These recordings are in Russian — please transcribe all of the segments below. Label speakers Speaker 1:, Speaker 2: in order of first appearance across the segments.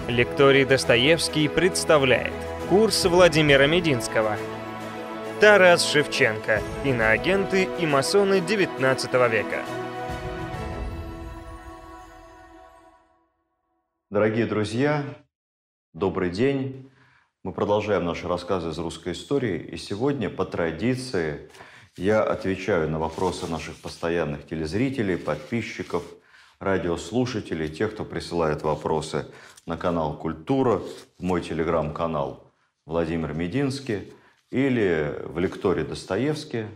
Speaker 1: Лекторий Достоевский представляет курс Владимира Мединского. Тарас Шевченко. Иноагенты и масоны XIX века.
Speaker 2: Дорогие друзья, добрый день. Мы продолжаем наши рассказы из русской истории. И сегодня, по традиции, я отвечаю на вопросы наших постоянных телезрителей, подписчиков, радиослушателей, тех, кто присылает вопросы на канал «Культура», в мой телеграм-канал Владимир Мединский или в лектории Достоевский,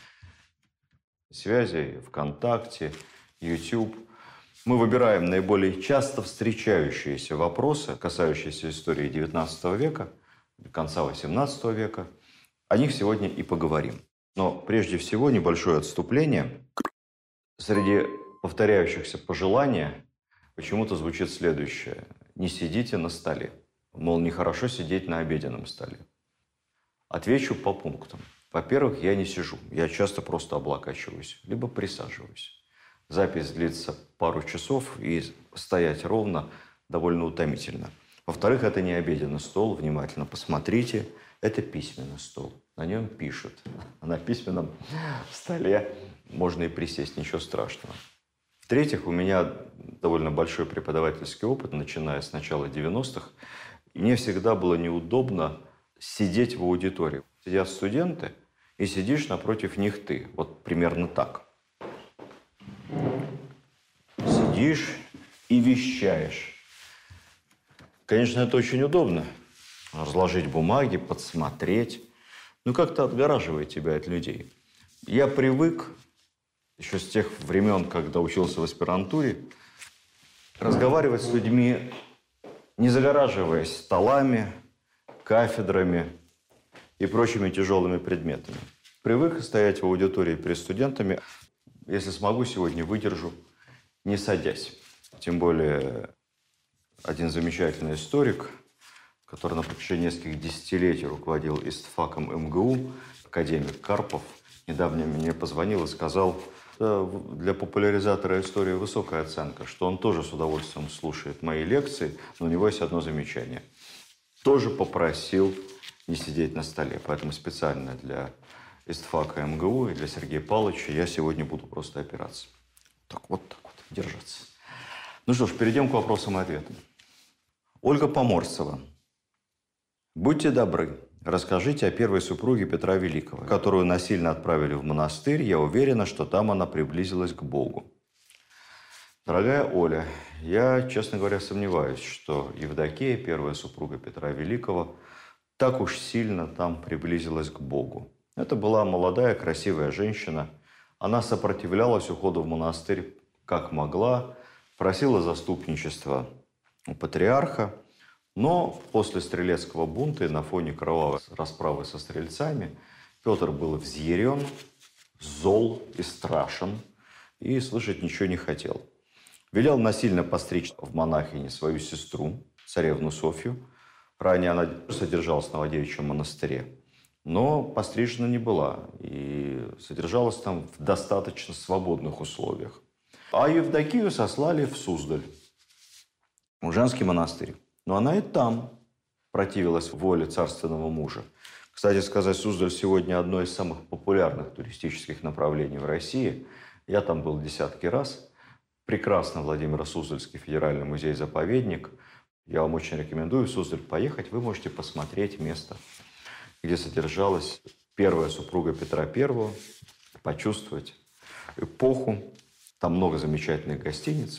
Speaker 2: связи ВКонтакте, YouTube. Мы выбираем наиболее часто встречающиеся вопросы, касающиеся истории XIX века, конца XVIII века. О них сегодня и поговорим. Но прежде всего небольшое отступление. Среди повторяющихся пожеланий почему-то звучит следующее. Не сидите на столе. Мол, нехорошо сидеть на обеденном столе. Отвечу по пунктам. Во-первых, я не сижу. Я часто просто облокачиваюсь, либо присаживаюсь. Запись длится пару часов, и стоять ровно довольно утомительно. Во-вторых, это не обеденный стол. Внимательно посмотрите. Это письменный стол. На нем пишут. А на письменном столе можно и присесть. Ничего страшного. В-третьих, у меня довольно большой преподавательский опыт, начиная с начала 90-х. И мне всегда было неудобно сидеть в аудитории. Сидят студенты, и сидишь напротив них ты. Вот примерно так. Сидишь и вещаешь. Конечно, это очень удобно. Разложить бумаги, подсмотреть. Ну, как-то отгораживает тебя от людей. Я привык, еще с тех времен, когда учился в аспирантуре, разговаривать с людьми, не загораживаясь столами, кафедрами и прочими тяжелыми предметами. Привык стоять в аудитории перед студентами. Если смогу, сегодня выдержу, не садясь. Тем более, один замечательный историк, который на протяжении нескольких десятилетий руководил ИСТФАКом МГУ, академик Карпов, недавно мне позвонил и сказал, для популяризатора истории высокая оценка, что он тоже с удовольствием слушает мои лекции, но у него есть одно замечание. Тоже попросил не сидеть на столе. Поэтому специально для ИСТФАКа МГУ и для Сергея Павловича я сегодня буду просто опираться. Так вот, держаться. Ну что ж, перейдем к вопросам и ответам. Ольга Поморцева. Будьте добры, расскажите о первой супруге Петра Великого, которую насильно отправили в монастырь. Я уверена, что там она приблизилась к Богу. Дорогая Оля, я, честно говоря, сомневаюсь, что Евдокия, первая супруга Петра Великого, так уж сильно там приблизилась к Богу. Это была молодая, красивая женщина. Она сопротивлялась уходу в монастырь как могла, просила заступничества у патриарха. Но после стрелецкого бунта и на фоне кровавой расправы со стрельцами Петр был взъярен, зол и страшен, и слышать ничего не хотел. Велел насильно постричь в монахини свою сестру, царевну Софью. Ранее она содержалась в Новодевичьем монастыре, но пострижена не была и содержалась там в достаточно свободных условиях. А Евдокию сослали в Суздаль, в женский монастырь. Но она и там противилась воле царственного мужа. Кстати сказать, Суздаль сегодня одно из самых популярных туристических направлений в России. Я там был десятки раз. Прекрасно Владимиро-Суздальский федеральный музей-заповедник. Я вам очень рекомендую в Суздаль поехать. Вы можете посмотреть место, где содержалась первая супруга Петра I, почувствовать эпоху. Там много замечательных гостиниц,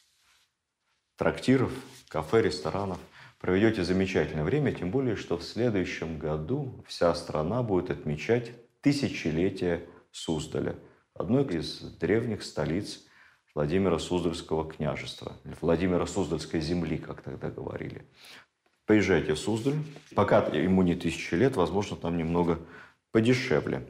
Speaker 2: трактиров, кафе, ресторанов. Проведете замечательное время, тем более, что в следующем году вся страна будет отмечать тысячелетие Суздаля, одной из древних столиц Владимиро-Суздальского княжества, Владимиро-Суздальской земли, как тогда говорили. Поезжайте в Суздаль. Пока ему не 1000 лет, возможно, там немного подешевле.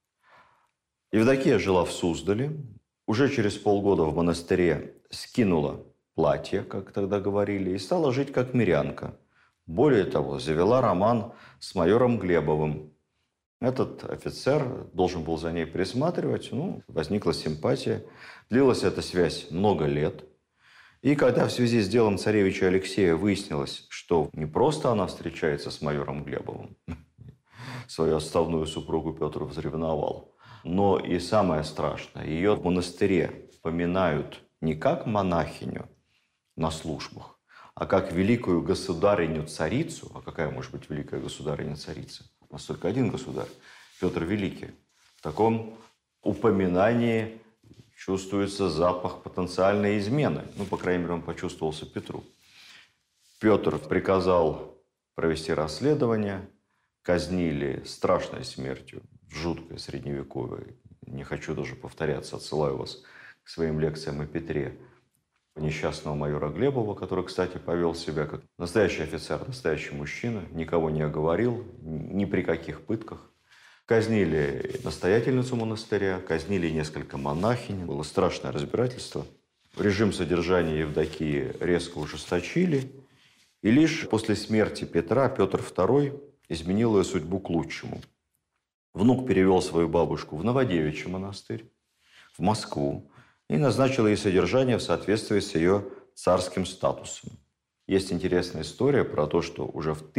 Speaker 2: Евдокия жила в Суздале. Уже через полгода в монастыре скинула платье, как тогда говорили, и стала жить как мирянка. Более того, завела роман с майором Глебовым. Этот офицер должен был за ней присматривать. Возникла симпатия. Длилась эта связь много лет. И когда в связи с делом царевича Алексея выяснилось, что не просто она встречается с майором Глебовым, свою отставную супругу Петр взревновал, но и самое страшное, ее в монастыре поминают не как монахиню на службах, а как великую государыню-царицу. А какая может быть великая государыня-царица? У нас только один государь, Петр Великий. В таком упоминании чувствуется запах потенциальной измены. Ну, по крайней мере, он почувствовался Петру. Петр приказал провести расследование, казнили страшной смертью, жуткой, средневековой. Не хочу даже повторяться, отсылаю вас к своим лекциям о Петре. Несчастного майора Глебова, который, кстати, повел себя как настоящий офицер, настоящий мужчина, никого не оговорил, ни при каких пытках. Казнили настоятельницу монастыря, казнили несколько монахинь. Было страшное разбирательство. Режим содержания Евдокии резко ужесточили. И лишь после смерти Петра Петр II изменил ее судьбу к лучшему. Внук перевел свою бабушку в Новодевичий монастырь, в Москву, и назначил ей содержание в соответствии с ее царским статусом. Есть интересная история про то, что уже в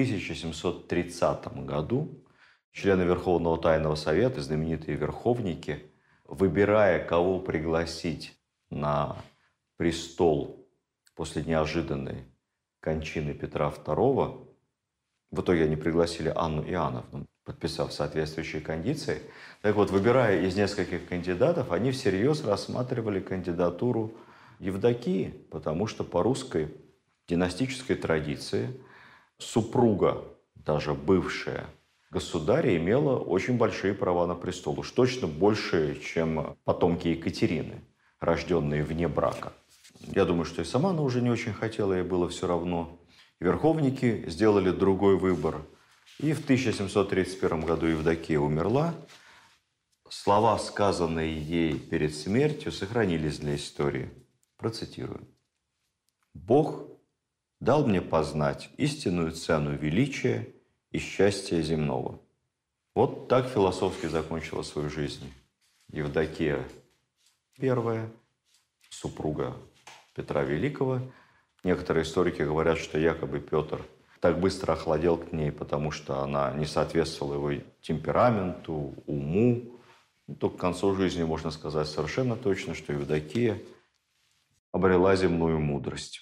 Speaker 2: 1730 году члены Верховного Тайного Совета, знаменитые верховники, выбирая, кого пригласить на престол после неожиданной кончины Петра II, в итоге они пригласили Анну Иоанновну, подписав соответствующие кондиции. Так вот, выбирая из нескольких кандидатов, они всерьез рассматривали кандидатуру Евдокии, потому что по русской династической традиции супруга, даже бывшая государя, имела очень большие права на престол. Уж точно больше, чем потомки Екатерины, рожденные вне брака. Я думаю, что и сама она уже не очень хотела, ей было все равно. Верховники сделали другой выбор. И в 1731 году Евдокия умерла. Слова, сказанные ей перед смертью, сохранились для истории. Процитирую. «Бог дал мне познать истинную цену величия и счастья земного». Вот так философски закончила свою жизнь Евдокия I, супруга Петра Великого. Некоторые историки говорят, что якобы Петр так быстро охладел к ней, потому что она не соответствовала его темпераменту, уму. Только к концу жизни можно сказать совершенно точно, что Евдокия обрела земную мудрость.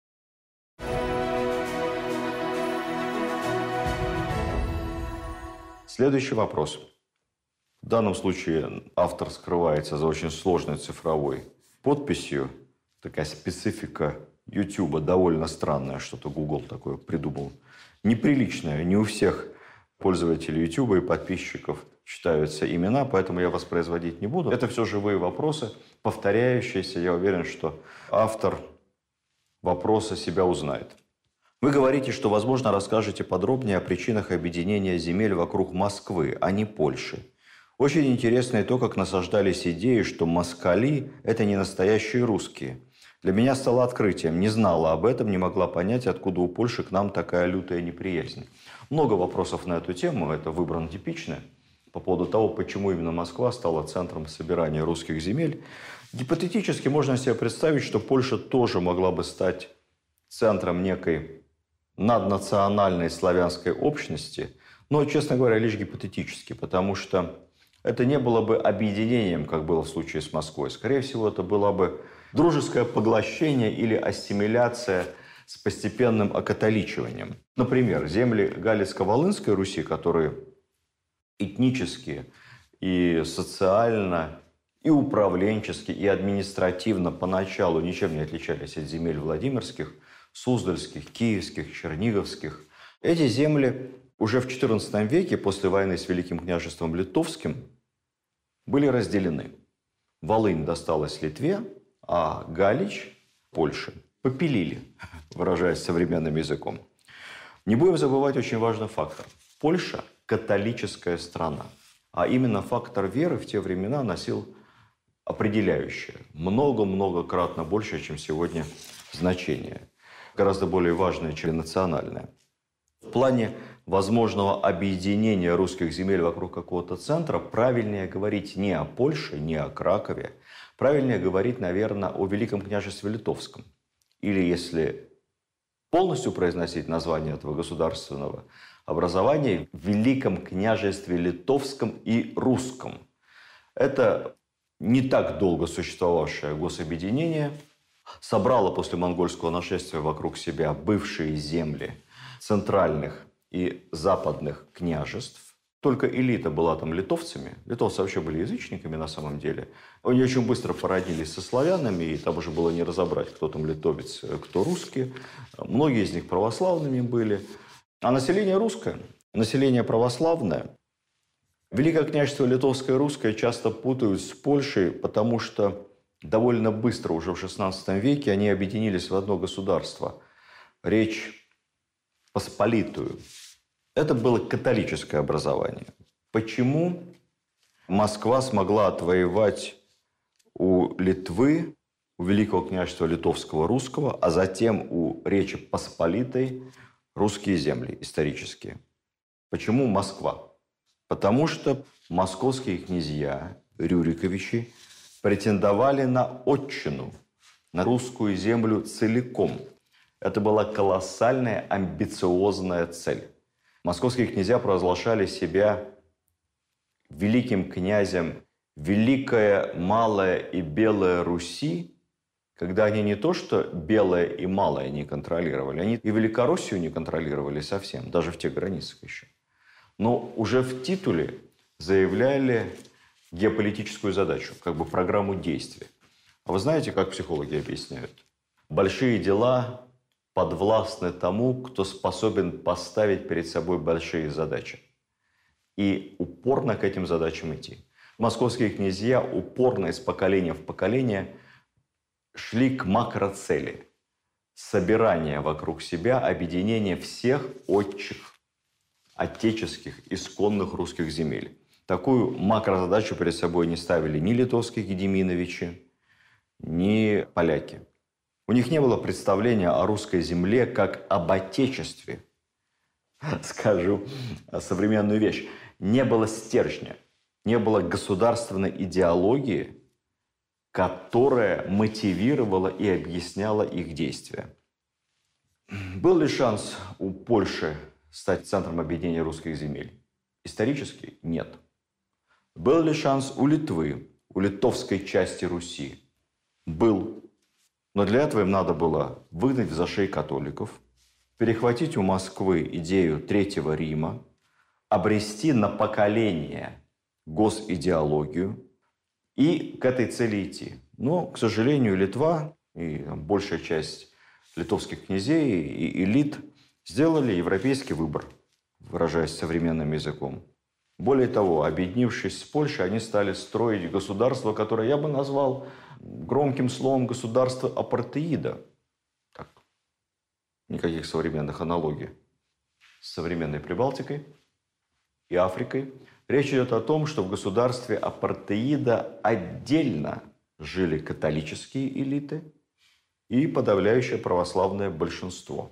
Speaker 2: Следующий вопрос. В данном случае автор скрывается за очень сложной цифровой подписью. Такая специфика Ютуба довольно странное, что-то Google такое придумал. Неприличное. Не у всех пользователей Ютуба и подписчиков читаются имена, поэтому я воспроизводить не буду. Это все живые вопросы, повторяющиеся. Я уверен, что автор вопроса себя узнает. Вы говорите, что, возможно, расскажете подробнее о причинах объединения земель вокруг Москвы, а не Польши. Очень интересно и то, как насаждались идеи, что москали – это не настоящие русские. Для меня стало открытием. Не знала об этом, не могла понять, откуда у Польши к нам такая лютая неприязнь. Много вопросов на эту тему, это выбрано типично, по поводу того, почему именно Москва стала центром собирания русских земель. Гипотетически можно себе представить, что Польша тоже могла бы стать центром некой наднациональной славянской общности, но, честно говоря, лишь гипотетически, потому что это не было бы объединением, как было в случае с Москвой. Скорее всего, это было бы дружеское поглощение или ассимиляция с постепенным окатоличиванием. Например, земли Галицко-Волынской Руси, которые этнически и социально, и управленчески, и административно поначалу ничем не отличались от земель Владимирских, Суздальских, Киевских, Черниговских. Эти земли уже в XIV веке, после войны с Великим княжеством Литовским, были разделены. Волынь досталась Литве, а Галич – Польше. Попилили, выражаясь современным языком. Не будем забывать очень важный фактор. Польша – католическая страна. А именно фактор веры в те времена носил определяющее. Много-многократно больше, чем сегодня, значение. Гораздо более важное, чем национальное. В плане возможного объединения русских земель вокруг какого-то центра правильнее говорить не о Польше, не о Кракове. Правильнее говорить, наверное, о Великом княжестве Литовском. или если полностью произносить название этого государственного образования, в Великом княжестве Литовском и Русском. Это не так долго существовавшее гособъединение собрало после монгольского нашествия вокруг себя бывшие земли центральных и западных княжеств. Только элита была там литовцами. Литовцы вообще были язычниками на самом деле. Они очень быстро породнились со славянами, и там уже было не разобрать, кто там литовец, кто русский. Многие из них православными были. А население русское, население православное. Великое княжество Литовское и Русское часто путают с Польшей, потому что довольно быстро, уже в XVI веке, они объединились в одно государство. Речь Посполитую. Это было католическое образование. Почему Москва смогла отвоевать у Литвы, у Великого княжества Литовского Русского, а затем у Речи Посполитой русские земли исторические? Почему Москва? Потому что московские князья, Рюриковичи, претендовали на отчину, на русскую землю целиком. Это была колоссальная амбициозная цель. Московские князья провозглашали себя великим князем Великая, Малая и Белая Руси, когда они не то что Белое и Малое не контролировали, они и Великороссию не контролировали совсем, даже в тех границах еще. Но уже в титуле заявляли геополитическую задачу, как бы программу действий. А вы знаете, как психологи объясняют? Большие дела подвластны тому, кто способен поставить перед собой большие задачи. И упорно к этим задачам идти. Московские князья упорно из поколения в поколение шли к макроцели. Собирание вокруг себя, объединение всех отчих, отеческих, исконных русских земель. Такую макрозадачу перед собой не ставили ни литовские Гедиминовичи, ни поляки. У них не было представления о русской земле как об отечестве. Скажу современную вещь. Не было стержня, не было государственной идеологии, которая мотивировала и объясняла их действия. Был ли шанс у Польши стать центром объединения русских земель? Исторически нет. Был ли шанс у Литвы, у литовской части Руси? Был. Но для этого им надо было выгнать в зашей католиков, перехватить у Москвы идею Третьего Рима, обрести на поколение госидеологию и к этой цели идти. Но, к сожалению, Литва и большая часть литовских князей и элит сделали европейский выбор, выражаясь современным языком. Более того, объединившись с Польшей, они стали строить государство, которое я бы назвал громким словом государство апартеида. Так. Никаких современных аналогий с современной Прибалтикой и Африкой. Речь идет о том, что в государстве апартеида отдельно жили католические элиты и подавляющее православное большинство.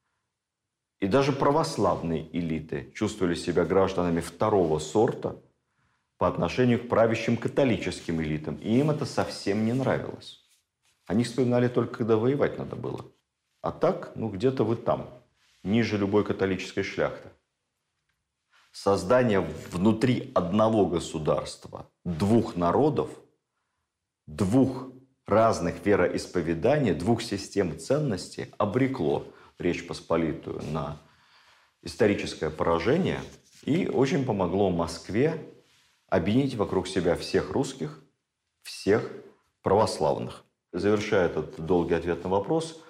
Speaker 2: И даже православные элиты чувствовали себя гражданами второго сорта по отношению к правящим католическим элитам. И им это совсем не нравилось. Они вспоминали только, когда воевать надо было. А так, где-то вы там, ниже любой католической шляхты. Создание внутри одного государства двух народов, двух разных вероисповеданий, двух систем ценностей обрекло Речь Посполитую на историческое поражение и очень помогло Москве объединить вокруг себя всех русских, всех православных. Завершая этот долгий ответ на вопрос,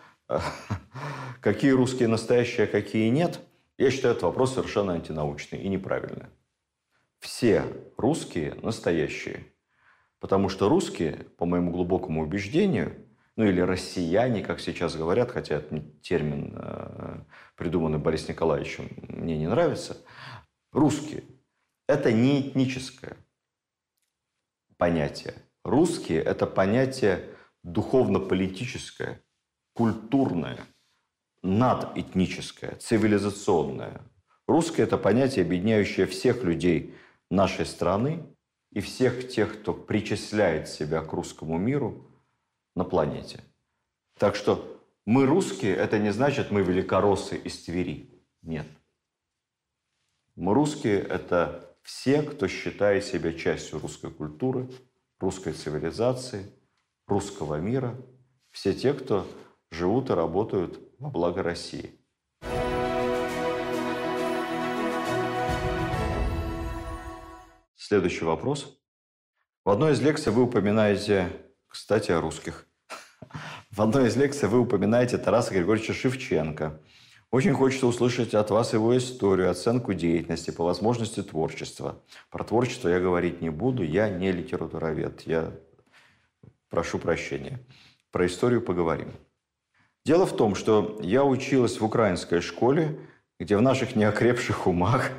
Speaker 2: какие русские настоящие, а какие нет, я считаю, этот вопрос совершенно антинаучный и неправильный. Все русские настоящие. Потому что русские, по моему глубокому убеждению, или россияне, как сейчас говорят, хотя этот термин, придуманный Борисом Николаевичем, мне не нравится, русские – это не этническое понятие. Русские – это понятие духовно-политическое, культурное, надэтническое, цивилизационное. Русское – это понятие, объединяющее всех людей нашей страны и всех тех, кто причисляет себя к русскому миру на планете. Так что Мы русские – это не значит, мы великороссы из Твери. Нет. Мы русские – это все, кто считает себя частью русской культуры, русской цивилизации, русского мира. Все те, кто живут и работают во благо России. Следующий вопрос. В одной из лекций вы упоминаете, кстати, о русских. В одной из лекций вы упоминаете Тараса Григорьевича Шевченко. Очень хочется услышать от вас его историю, оценку деятельности, по возможности творчества. Про творчество я говорить не буду, я не литературовед, я прошу прощения. Про историю поговорим. Дело в том, что я училась в украинской школе, где в наших неокрепших умах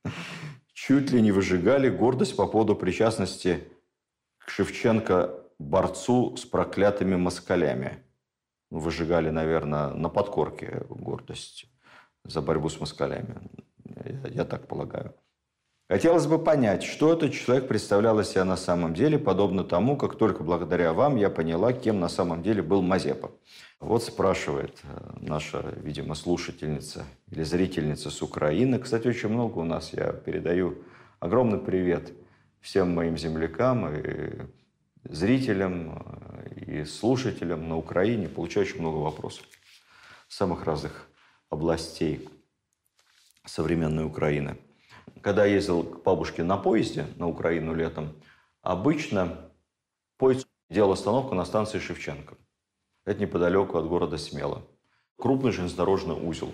Speaker 2: чуть ли не выжигали гордость по поводу причастности к Шевченко борцу с проклятыми москалями. Выжигали, наверное, на подкорке гордость за борьбу с москалями. Я так полагаю. Хотелось бы понять, что этот человек представлял из себя на самом деле, подобно тому, как только благодаря вам я поняла, кем на самом деле был Мазепа. Вот спрашивает наша, видимо, слушательница или зрительница с Украины. Кстати, очень много у нас. Я передаю огромный привет всем моим землякам и зрителям и слушателям на Украине. Получаю очень много вопросов с самых разных областей современной Украины. Когда я ездил к бабушке на поезде на Украину летом, обычно поезд делал остановку на станции Шевченко. Это неподалеку от города Смела. Крупный железнодорожный узел.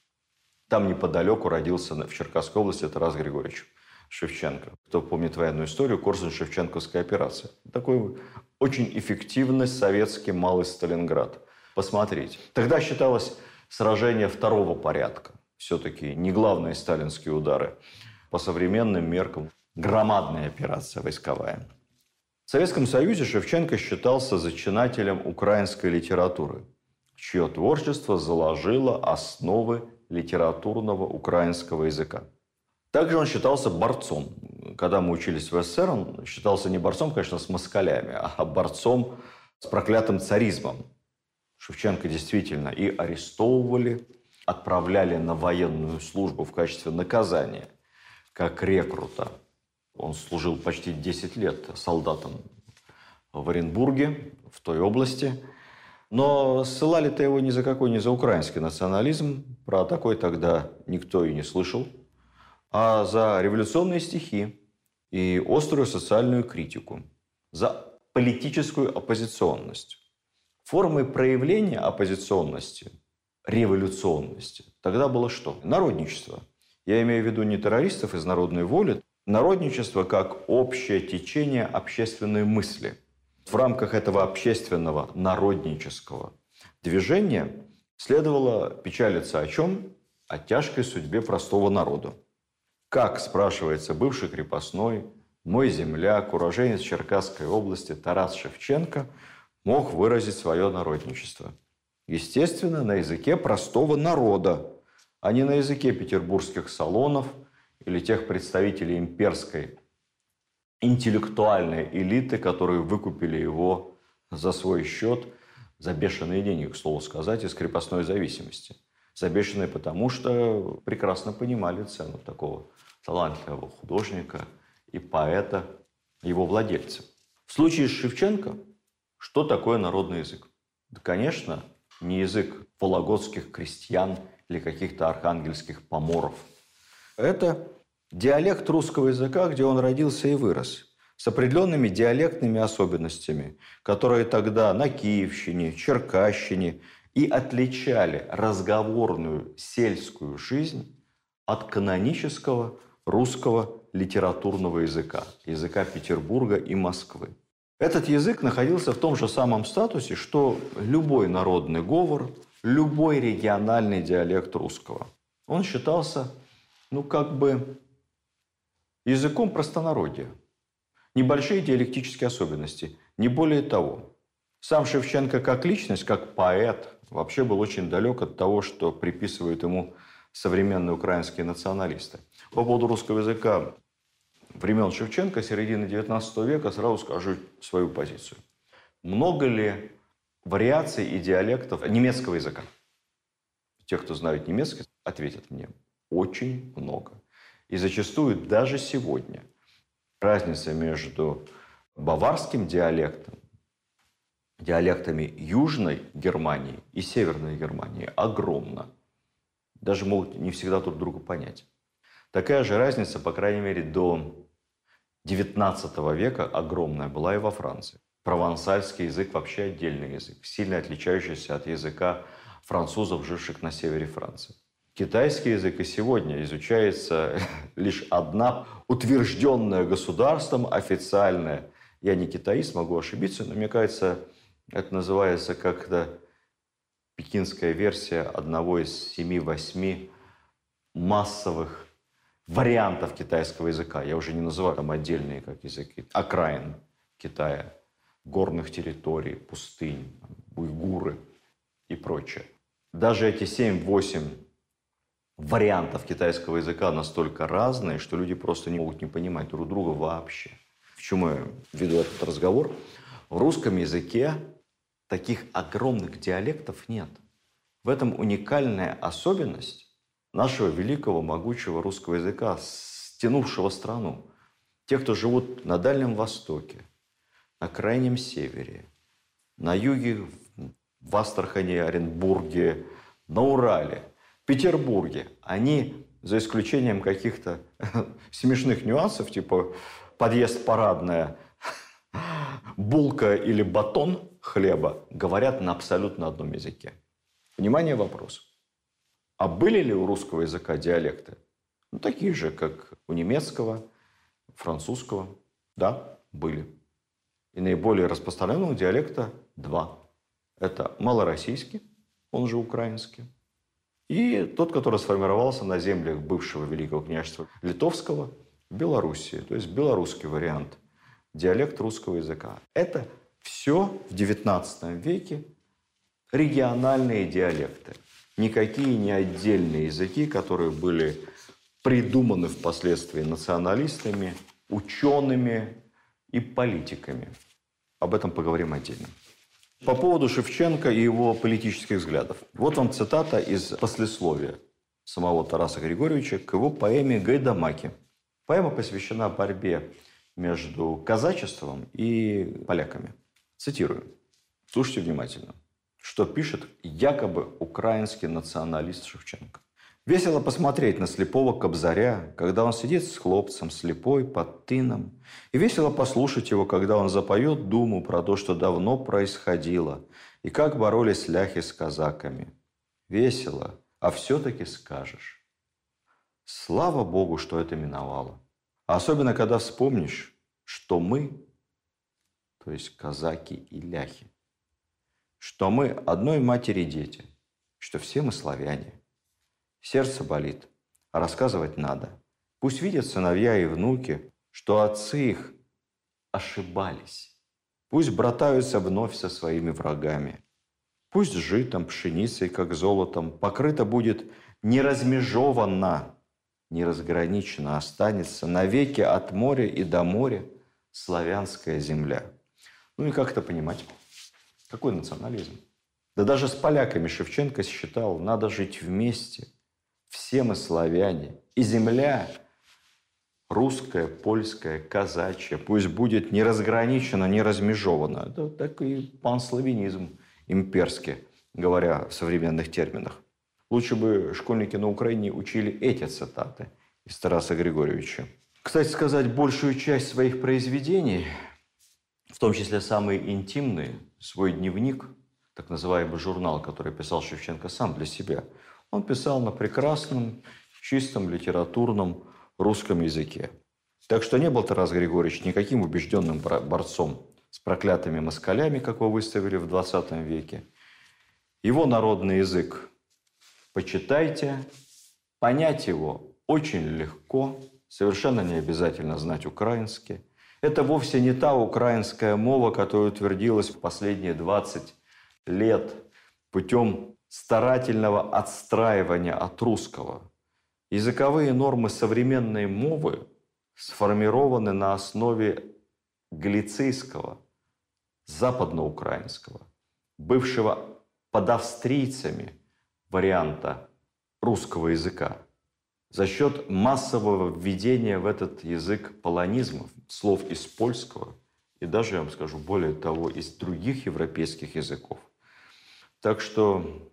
Speaker 2: Там неподалеку родился в Черкасской области Тарас Григорьевич Шевченко. Кто помнит военную историю, Корсунь-Шевченковская операция. Такой очень эффективный советский малый Сталинград. Посмотрите. Тогда считалось сражение второго порядка. Все-таки не главные сталинские удары. По современным меркам громадная операция войсковая. В Советском Союзе Шевченко считался зачинателем украинской литературы, чье творчество заложило основы литературного украинского языка. Также он считался борцом. Когда мы учились в СССР, он считался не борцом, конечно, с москалями, а борцом с проклятым царизмом. Шевченко действительно и арестовывали, отправляли на военную службу в качестве наказания, как рекрута. Он служил почти 10 лет солдатом в Оренбурге, в той области. Но ссылали-то его ни за какой, ни за украинский национализм. Про такой тогда никто и не слышал. А за революционные стихи и острую социальную критику. За политическую оппозиционность. Формой проявления оппозиционности, революционности тогда было что? Народничество. Я имею в виду не террористов из народной воли, народничество как общее течение общественной мысли. В рамках этого общественного народнического движения следовало печалиться о чем? О тяжкой судьбе простого народа. Как, спрашивается, бывший крепостной, мой земляк, уроженец Черкасской области Тарас Шевченко мог выразить свое народничество? Естественно, на языке простого народа, а не на языке петербургских салонов или тех представителей имперской интеллектуальной элиты, которые выкупили его за свой счет, за бешеные деньги, к слову сказать, из крепостной зависимости. За бешеные потому, что прекрасно понимали цену такого талантливого художника и поэта, его владельца. В случае с Шевченко, что такое народный язык? Да, конечно, не язык вологодских крестьян или каких-то архангельских поморов. Это диалект русского языка, где он родился и вырос, с определенными диалектными особенностями, которые тогда на Киевщине, Черкащине и отличали разговорную сельскую жизнь от канонического русского литературного языка, языка Петербурга и Москвы. Этот язык находился в том же самом статусе, что любой народный говор, любой региональный диалект русского. Он считался, языком простонародья. Небольшие диалектические особенности, не более того. Сам Шевченко как личность, как поэт, вообще был очень далек от того, что приписывают ему современные украинские националисты. По поводу русского языка времен Шевченко, середины XIX века, сразу скажу свою позицию. Много ли вариаций и диалектов немецкого языка. Те, кто знают немецкий, ответят мне. Очень много. И зачастую даже сегодня разница между баварским диалектом, диалектами Южной Германии и Северной Германии огромна. Даже могут не всегда друг друга понять. Такая же разница, по крайней мере, до XIX века огромная была и во Франции. Провансальский язык вообще отдельный язык, сильно отличающийся от языка французов, живших на севере Франции. Китайский язык и сегодня изучается лишь одна утвержденная государством официальная. Я не китаист, могу ошибиться, но мне кажется, это называется как-то пекинская версия одного из 7-8 массовых вариантов китайского языка. Я уже не называю там отдельные как языки. Окраин Китая, горных территорий, пустынь, уйгуры и прочее. Даже эти 7-8 вариантов китайского языка настолько разные, что люди просто не могут не понимать друг друга вообще. К чему я веду этот разговор? В русском языке таких огромных диалектов нет. В этом уникальная особенность нашего великого, могучего русского языка, стянувшего страну. Те, кто живут на Дальнем Востоке, на Крайнем Севере, на юге, в Астрахани, Оренбурге, на Урале, в Петербурге, они, за исключением каких-то смешных нюансов, типа подъезд парадная, булка или батон хлеба, говорят на абсолютно одном языке. Внимание, вопрос. А были ли у русского языка диалекты? Ну, такие же, как у немецкого, французского. Да, были. И наиболее распространенного диалекта два. Это малороссийский, он же украинский, и тот, который сформировался на землях бывшего Великого княжества Литовского в Белоруссии, то есть белорусский вариант, диалект русского языка. Это все в XIX веке региональные диалекты. Никакие не отдельные языки, которые были придуманы впоследствии националистами, учеными и политиками. Об этом поговорим отдельно. По поводу Шевченко и его политических взглядов. Вот вам цитата из послесловия самого Тараса Григорьевича к его поэме «Гайдамаки». Поэма посвящена борьбе между казачеством и поляками. Цитирую. Слушайте внимательно. Что пишет якобы украинский националист Шевченко. Весело посмотреть на слепого кобзаря, когда он сидит с хлопцем, слепой, под тыном. И весело послушать его, когда он запоет думу про то, что давно происходило, и как боролись ляхи с казаками. Весело, а все-таки скажешь. Слава Богу, что это миновало. А особенно, когда вспомнишь, что мы, то есть казаки и ляхи, что мы одной матери дети, что все мы славяне. Сердце болит, а рассказывать надо. Пусть видят сыновья и внуки, что отцы их ошибались. Пусть братаются вновь со своими врагами. Пусть житом, пшеницей, как золотом, покрыто будет неразмежованно, неразграниченно останется навеки от моря и до моря славянская земля. Ну и как это понимать? Какой национализм? Да даже с поляками Шевченко считал, надо жить вместе. Все мы славяне. И земля русская, польская, казачья, пусть будет не разграничена, не размежована. Это такой панславянизм имперский, говоря в современных терминах. Лучше бы школьники на Украине учили эти цитаты из Тараса Григорьевича. Кстати сказать, большую часть своих произведений, в том числе самые интимные, свой дневник, так называемый журнал, который писал Шевченко сам для себя, он писал на прекрасном, чистом литературном русском языке. Так что не был Тарас Григорьевич никаким убежденным борцом с проклятыми москалями, как его выставили в 20 веке. Его народный язык почитайте, понять его очень легко, совершенно не обязательно знать украинский. Это вовсе не та украинская мова, которая утвердилась в последние 20 лет путем старательного отстраивания от русского. Языковые нормы современной мовы сформированы на основе галицийского, западноукраинского, бывшего под австрийцами варианта русского языка, за счет массового введения в этот язык полонизмов, слов из польского и даже, я вам скажу, более того, из других европейских языков. Так что,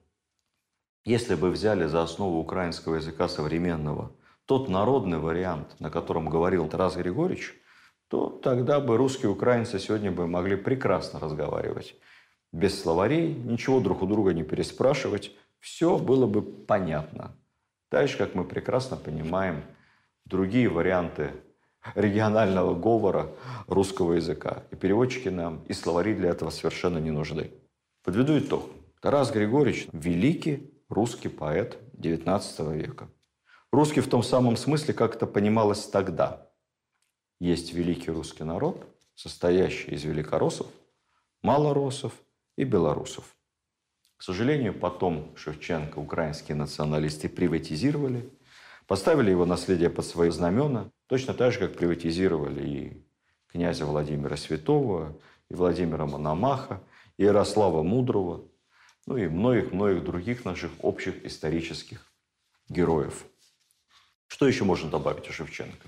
Speaker 2: если бы взяли за основу украинского языка современного тот народный вариант, на котором говорил Тарас Григорьевич, то тогда бы русские украинцы сегодня бы могли прекрасно разговаривать. Без словарей, ничего друг у друга не переспрашивать. Все было бы понятно. Так же, как мы прекрасно понимаем другие варианты регионального говора русского языка. И переводчики нам, и словари для этого совершенно не нужны. Подведу итог. Тарас Григорьевич – великий русский поэт XIX века. Русский в том самом смысле, как это понималось тогда. Есть великий русский народ, состоящий из великороссов, малороссов и белорусов. К сожалению, потом Шевченко украинские националисты приватизировали, поставили его наследие под свои знамена, точно так же, как приватизировали и князя Владимира Святого, и Владимира Мономаха, и Ярослава Мудрого, ну и многих-многих других наших общих исторических героев. Что еще можно добавить о Шевченко?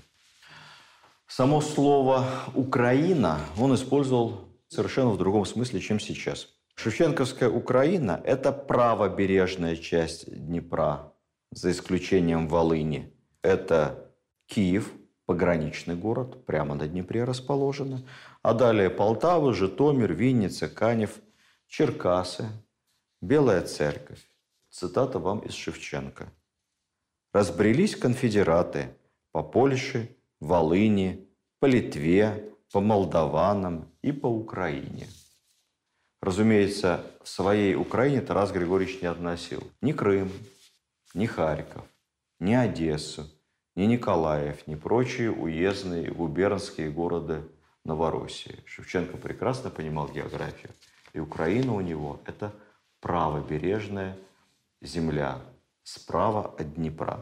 Speaker 2: Само слово «Украина» он использовал совершенно в другом смысле, чем сейчас. Шевченковская Украина – это правобережная часть Днепра, за исключением Волыни. Это Киев, пограничный город, прямо на Днепре расположено. А далее Полтава, Житомир, Винница, Канев, Черкасы, Белая Церковь. Цитата вам из Шевченко. «Разбрелись конфедераты по Польше, Волыни, по Литве, по Молдаванам и по Украине». Разумеется, в своей Украине Тарас Григорьевич не относил ни Крым, ни Харьков, ни Одессу, ни Николаев, ни прочие уездные и губернские города Новороссии. Шевченко прекрасно понимал географию. И Украина у него – это правобережная земля, справа от Днепра.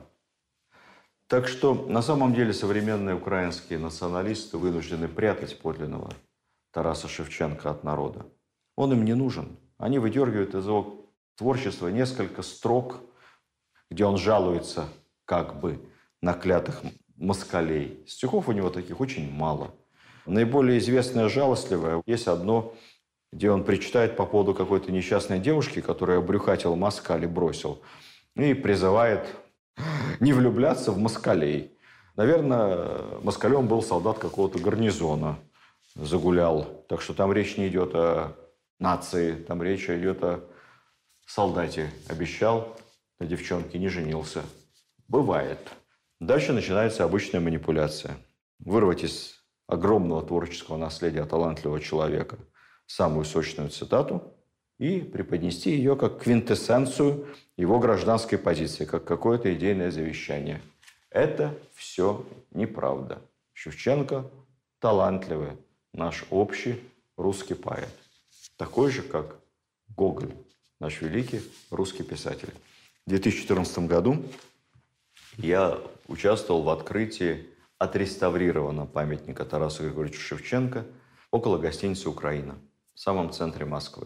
Speaker 2: Так что на самом деле современные украинские националисты вынуждены прятать подлинного Тараса Шевченко от народа. Он им не нужен. Они выдергивают из его творчества несколько строк, где он жалуется как бы на клятых москалей. Стихов у него таких очень мало. Наиболее известное жалостливое есть одно, где он причитает по поводу какой-то несчастной девушки, которая обрюхатил москаль и бросил, и призывает не влюбляться в москалей. Наверное, москалем был солдат какого-то гарнизона, загулял. Так что там речь не идет о нации, там речь идет о солдате. Обещал, на девчонке не женился. Бывает. Дальше начинается обычная манипуляция. Вырвать из огромного творческого наследия талантливого человека самую сочную цитату и преподнести ее как квинтэссенцию его гражданской позиции, как какое-то идейное завещание. Это все неправда. Шевченко талантливый, наш общий русский поэт. Такой же, как Гоголь, наш великий русский писатель. В 2014 году я участвовал в открытии отреставрированного памятника Тарасу Григорьевичу Шевченко около гостиницы «Украина» в самом центре Москвы.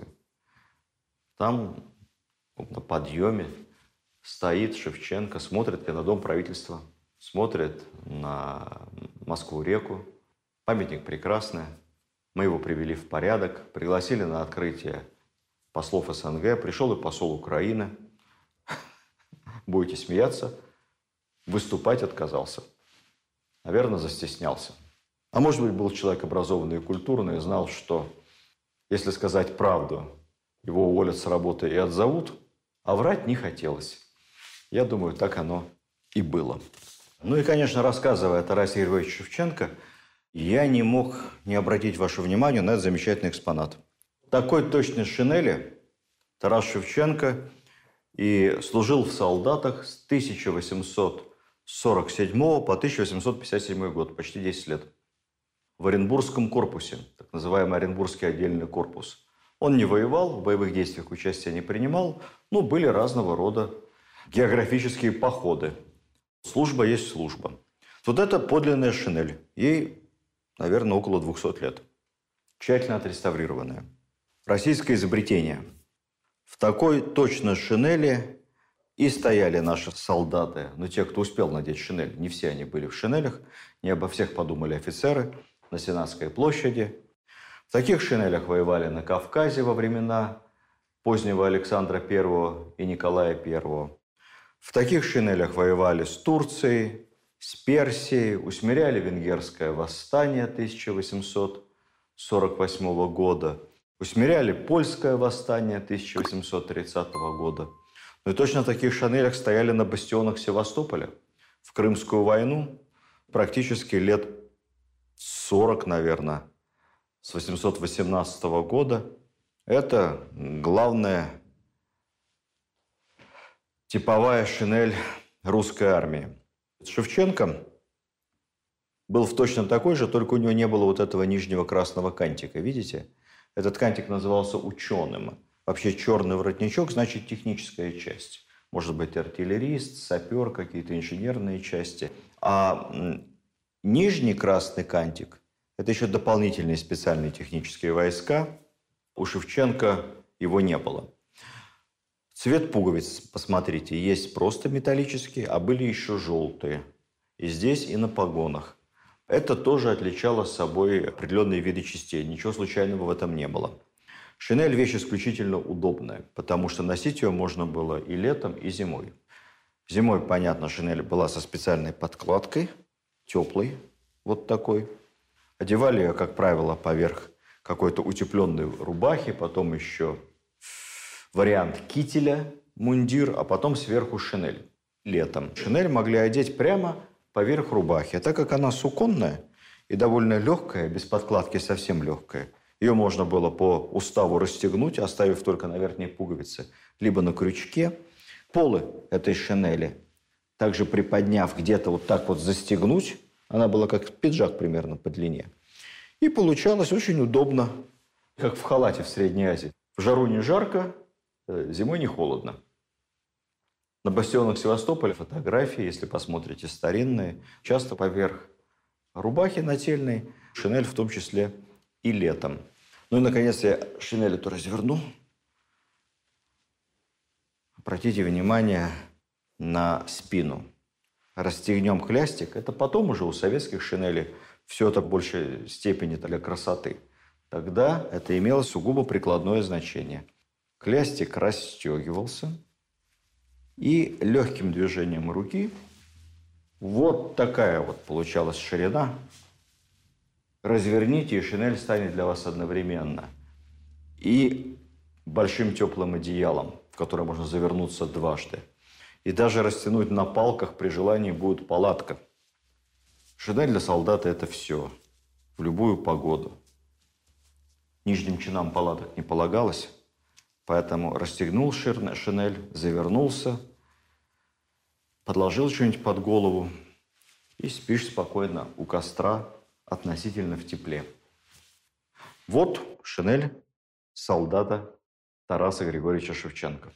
Speaker 2: Там на подъеме стоит Шевченко, смотрит на дом правительства, смотрит на Москву-реку. Памятник прекрасный. Мы его привели в порядок, пригласили на открытие послов СНГ. Пришел и посол Украины. Будете смеяться. Выступать отказался. Наверное, застеснялся. А может быть, был человек образованный и культурный, и знал, что если сказать правду, его уволят с работы и отзовут, а врать не хотелось. Я думаю, так оно и было. Ну и, конечно, рассказывая о Тарасе Григорьевиче Шевченко, я не мог не обратить ваше внимание на этот замечательный экспонат. Такой точной шинели Тарас Шевченко и служил в солдатах с 1847 по 1857 год, почти 10 лет. В Оренбургском корпусе, так называемый Оренбургский отдельный корпус. Он не воевал, в боевых действиях участия не принимал, но были разного рода географические походы. Служба есть служба. Вот это подлинная шинель. Ей, наверное, около 200 лет. Тщательно отреставрированная. Российское изобретение. В такой точно шинели и стояли наши солдаты. Но те, кто успел надеть шинель, не все они были в шинелях. Не обо всех подумали офицеры на Сенатской площади. В таких шинелях воевали на Кавказе во времена позднего Александра I и Николая I. В таких шинелях воевали с Турцией, с Персией, усмиряли венгерское восстание 1848 года, усмиряли польское восстание 1830 года. Ну и точно в таких шинелях стояли на бастионах Севастополя. В Крымскую войну практически лет 40, наверное, с 818 года. Это главная типовая шинель русской армии. Шевченко был в точно такой же, только у него не было вот этого нижнего красного кантика. Видите? Этот кантик назывался ученым. Вообще черный воротничок значит техническая часть. Может быть артиллерист, сапер, какие-то инженерные части. А нижний красный кантик – это еще дополнительные специальные технические войска. У Шевченко его не было. Цвет пуговиц, посмотрите, есть просто металлические, а были еще желтые. И здесь, и на погонах. Это тоже отличало собой определенные виды частей. Ничего случайного в этом не было. Шинель – вещь исключительно удобная, потому что носить ее можно было и летом, и зимой. Зимой, понятно, шинель была со специальной подкладкой, теплой, вот такой. Одевали ее, как правило, поверх какой-то утепленной рубахи, потом еще вариант кителя, мундир, а потом сверху шинель. Летом шинель могли одеть прямо поверх рубахи. А так как она суконная и довольно легкая, без подкладки совсем легкая, ее можно было по уставу расстегнуть, оставив только на верхней пуговице, либо на крючке. Полы этой шинели также приподняв, где-то вот так вот застегнуть. Она была как пиджак примерно по длине. И получалось очень удобно, как в халате в Средней Азии. В жару не жарко, зимой не холодно. На бастионах Севастополя фотографии, если посмотрите, старинные, часто поверх рубахи нательной, шинель в том числе и летом. Ну и, наконец, я шинель эту разверну. Обратите внимание на спину. Расстегнем хлястик. Это потом уже у советских шинелей все это в большей степени для красоты. Тогда это имело сугубо прикладное значение. Хлястик расстегивался. И легким движением руки вот такая вот получалась ширина. Разверните, и шинель станет для вас одновременно и большим теплым одеялом, в которое можно завернуться дважды. И даже растянуть на палках при желании будет палатка. Шинель для солдата – это все. В любую погоду. Нижним чинам палаток не полагалось. Поэтому расстегнул шинель, завернулся, подложил что-нибудь под голову и спишь спокойно у костра, относительно в тепле. Вот шинель солдата Тараса Григорьевича Шевченко.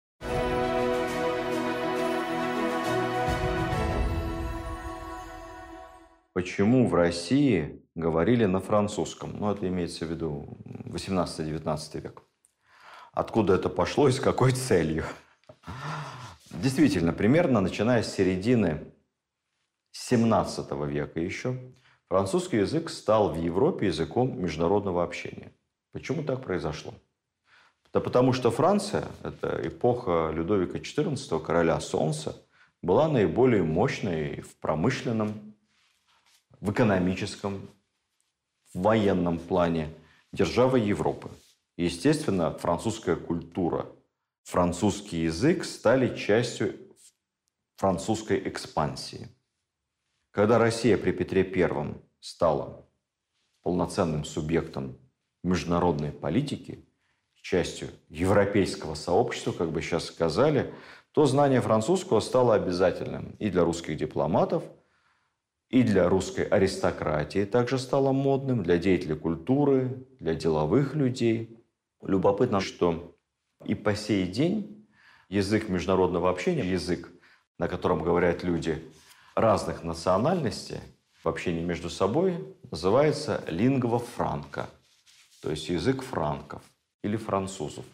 Speaker 2: Почему в России говорили на французском? Ну, это имеется в виду 18-19 век. Откуда это пошло и с какой целью? Действительно, примерно начиная с середины 17 века еще, французский язык стал в Европе языком международного общения. Почему так произошло? Да потому что Франция, это эпоха Людовика XIV, короля Солнца, была наиболее мощной в промышленном, в экономическом, в военном плане державой Европы. И, естественно, французская культура, французский язык стали частью французской экспансии. Когда Россия при Петре I стала полноценным субъектом международной политики, частью европейского сообщества, как бы сейчас сказали, то знание французского стало обязательным и для русских дипломатов, и для русской аристократии также стало модным, для деятелей культуры, для деловых людей. Любопытно, что и по сей день язык международного общения, язык, на котором говорят люди разных национальностей, в общении между собой, называется лингва франка, то есть язык франков или французов.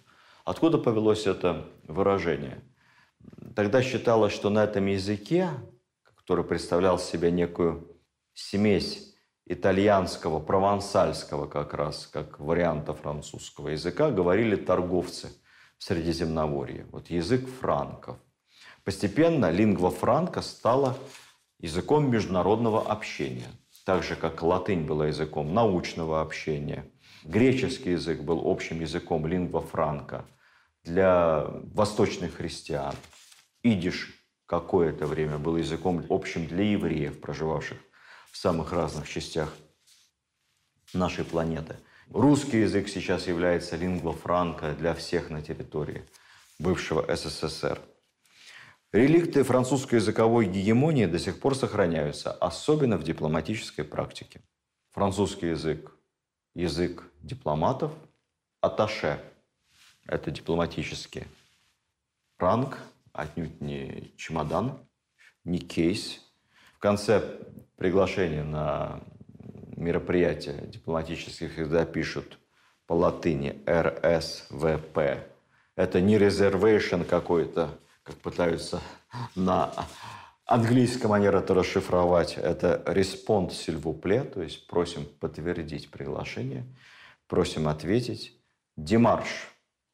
Speaker 2: Откуда повелось это выражение? Тогда считалось, что на этом языке, который представлял из себя некую смесь итальянского, провансальского как раз, как варианта французского языка, говорили торговцы в Средиземноморье. Вот язык франков. Постепенно лингва франка стала языком международного общения. Так же, как латынь была языком научного общения. Греческий язык был общим языком лингва франка для восточных христиан. Идиш какое-то время был языком общим для евреев, проживавших в самых разных частях нашей планеты. Русский язык сейчас является лингва франка для всех на территории бывшего СССР. Реликты французско-языковой гегемонии до сих пор сохраняются, особенно в дипломатической практике. Французский язык – язык дипломатов, атташе – это дипломатический ранг, отнюдь не чемодан, не кейс. В конце приглашения на мероприятия дипломатических всегда пишут по латыни РСВП. Это не reservation какой-то, как пытаются на английском манер это расшифровать. Это respond s'il vous plaît, то есть просим подтвердить приглашение, просим ответить. Демарш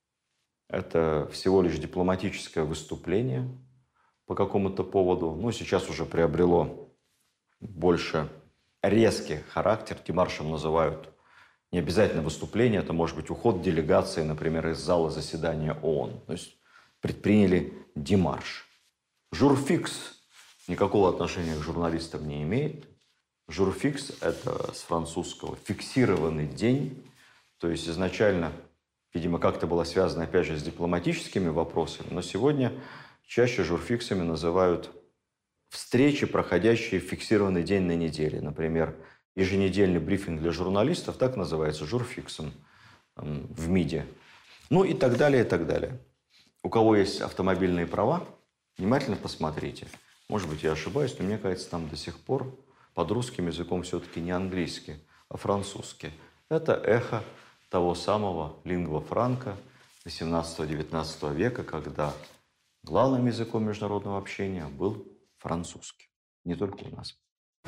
Speaker 2: – это всего лишь дипломатическое выступление по какому-то поводу. Ну, сейчас уже приобрело больше резкий характер. Демаршем называют не обязательно выступление, это может быть уход делегации, например, из зала заседания ООН. То есть предприняли демарш. Журфикс никакого отношения к журналистам не имеет. Журфикс – это с французского «фиксированный день». То есть изначально, видимо, как-то было связано, опять же, с дипломатическими вопросами, но сегодня чаще журфиксами называют встречи, проходящие в фиксированный день на неделе. Например, еженедельный брифинг для журналистов так называется журфиксом в МИДе. Ну и так далее, и так далее. У кого есть автомобильные права, внимательно посмотрите. Может быть, я ошибаюсь, но мне кажется, там до сих пор под русским языком все-таки не английский, а французский. Это эхо того самого лингва франка 18-19 века, когда главным языком международного общения был французский. Не только у нас.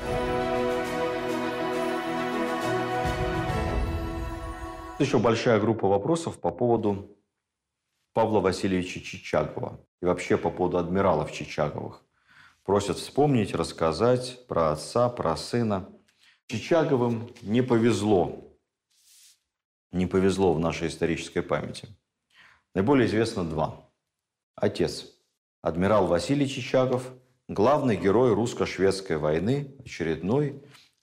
Speaker 2: Еще большая группа вопросов по поводу Павла Васильевича Чичагова и вообще по поводу адмиралов Чичаговых. Просят вспомнить, рассказать про отца, про сына. Чичаговым не повезло. Не повезло в нашей исторической памяти. Наиболее известно два. Отец. Адмирал Василий Чичагов, главный герой русско-шведской войны, очередной,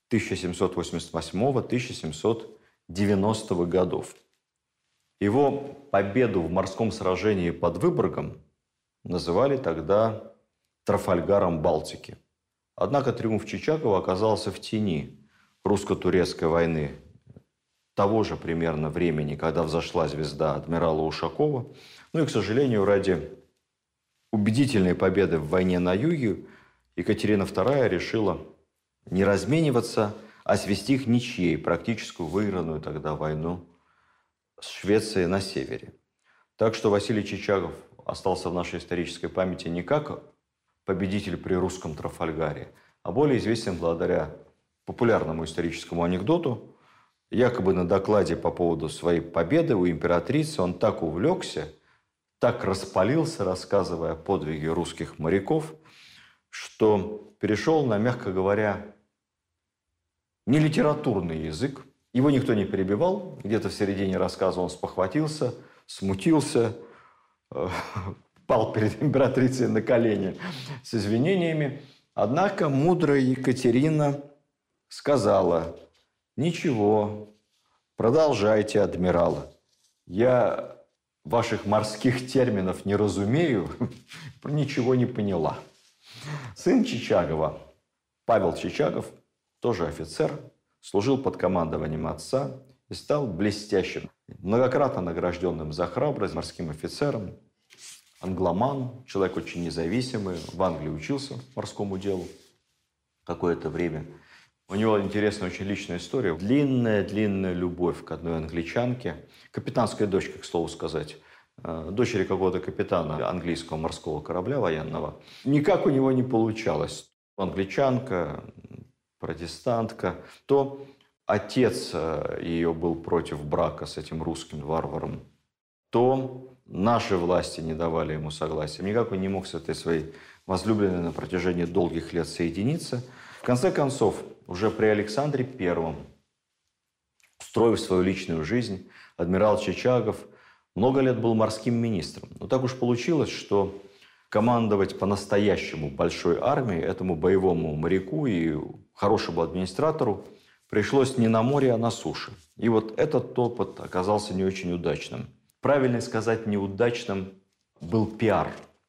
Speaker 2: 1788-1790 годов. Его победу в морском сражении под Выборгом называли тогда Трафальгаром Балтики. Однако триумф Чичагова оказался в тени русско-турецкой войны того же примерно времени, когда взошла звезда адмирала Ушакова. Ну и, к сожалению, ради убедительной победы в войне на юге Екатерина II решила не размениваться, а свести к ничьей, практически выигранную тогда войну с Швецией на севере. Так что Василий Чичагов остался в нашей исторической памяти не как победитель при русском Трафальгаре, а более известен благодаря популярному историческому анекдоту. Якобы на докладе по поводу своей победы у императрицы он так увлекся, так распалился, рассказывая о подвиге русских моряков, что перешел на, мягко говоря, нелитературный язык. Его никто не перебивал. Где-то в середине рассказа он спохватился, смутился, пал перед императрицей на колени с извинениями. Однако мудрая Екатерина сказала: «Ничего, продолжайте, адмирал. Я ваших морских терминов не разумею, ничего не поняла». Сын Чичагова, Павел Чичагов, тоже офицер, служил под командованием отца и стал блестящим, многократно награжденным за храбрость морским офицером, англоман, человек очень независимый, в Англии учился морскому делу какое-то время. У него интересная очень личная история. Длинная-длинная любовь к одной англичанке, капитанская дочка, к слову сказать. дочери какого-то капитана английского морского корабля военного. Никак у него не получалось. Англичанка, протестантка. То отец ее был против брака с этим русским варваром, то наши власти не давали ему согласия. Никак он не мог с этой своей возлюбленной на протяжении долгих лет соединиться. В конце концов, уже при Александре I, устроив свою личную жизнь, адмирал Чичагов много лет был морским министром. Но так уж получилось, что командовать по-настоящему большой армией этому боевому моряку и хорошему администратору пришлось не на море, а на суше. И вот этот опыт оказался не очень удачным. Правильно сказать, неудачным был пиар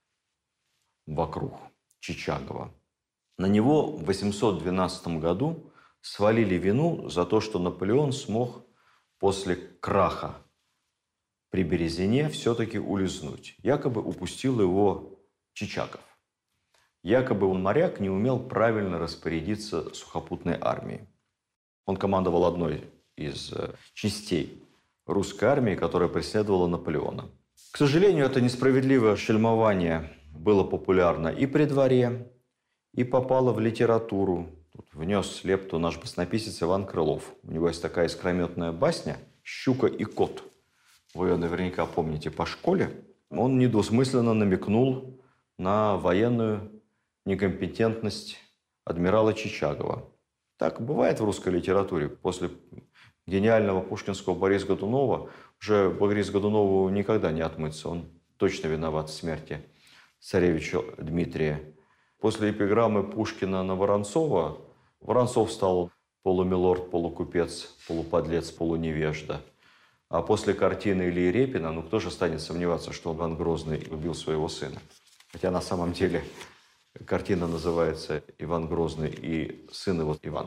Speaker 2: вокруг Чичагова. На него в 812 году свалили вину за то, что Наполеон смог после краха при Березине все-таки улизнуть. Якобы упустил его Чичагов. Якобы он, моряк, не умел правильно распорядиться сухопутной армией. Он командовал одной из частей русской армии, которая преследовала Наполеона. К сожалению, это несправедливое шельмование было популярно и при дворе, и попало в литературу. Тут внес лепту наш баснописец Иван Крылов. У него есть такая искрометная басня «Щука и кот». Вы ее наверняка помните по школе. Он недвусмысленно намекнул на военную некомпетентность адмирала Чичагова. Так бывает в русской литературе. После гениального пушкинского Бориса Годунова уже Борис Годунову никогда не отмыться. Он точно виноват в смерти царевича Дмитрия. После эпиграммы Пушкина на Воронцова Воронцов стал полумилорд, полукупец, полуподлец, полуневежда. А после картины Ильи Репина, кто же станет сомневаться, что Иван Грозный убил своего сына? Хотя на самом деле картина называется «Иван Грозный и сын его Иван».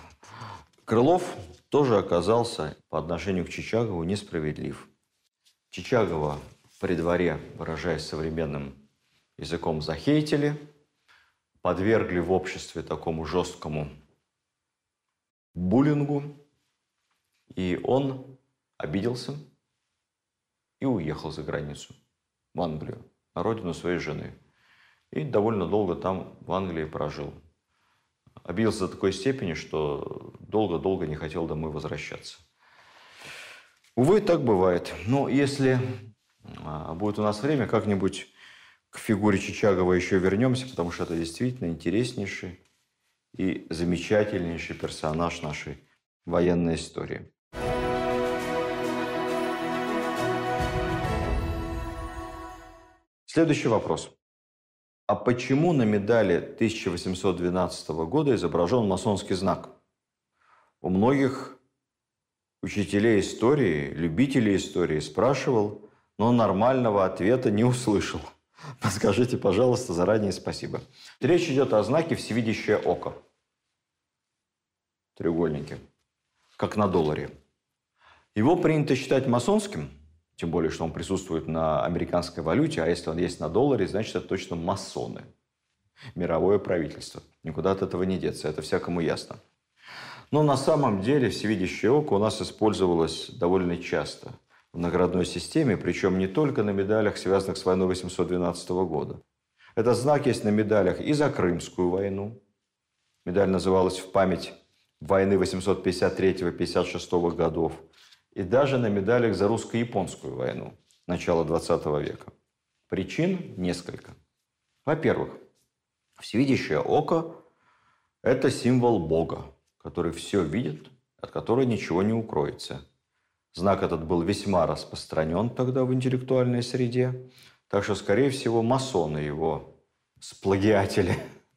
Speaker 2: Крылов тоже оказался по отношению к Чичагову несправедлив. Чичагова при дворе, выражаясь современным языком, захейтили, подвергли в обществе такому жесткому буллингу, и он обиделся и уехал за границу, в Англию, на родину своей жены. И довольно долго там, в Англии, прожил. Обиделся до такой степени, что долго-долго не хотел домой возвращаться. Увы, так бывает. Но если будет у нас время, как-нибудь к фигуре Чичагова еще вернемся, потому что это действительно интереснейший и замечательнейший персонаж нашей военной истории. Следующий вопрос. А почему на медали 1812 года изображен масонский знак? У многих учителей истории, любителей истории спрашивал, но нормального ответа не услышал. Подскажите, пожалуйста, заранее спасибо. Речь идет о знаке «Всевидящее око». Треугольники, как на долларе. Его принято считать масонским, тем более, что он присутствует на американской валюте, а если он есть на долларе, значит, это точно масоны. Мировое правительство. Никуда от этого не деться, это всякому ясно. Но на самом деле всевидящее око у нас использовалось довольно часто в наградной системе, причем не только на медалях, связанных с войной 812 года. Этот знак есть на медалях и за Крымскую войну. Медаль называлась в память войны 853-56 годов. И даже на медалях за русско-японскую войну начала 20 века. Причин несколько. Во-первых, всевидящее око – это символ Бога, который все видит, от которого ничего не укроется. Знак этот был весьма распространен тогда в интеллектуальной среде, так что, скорее всего, масоны его сплагиатели,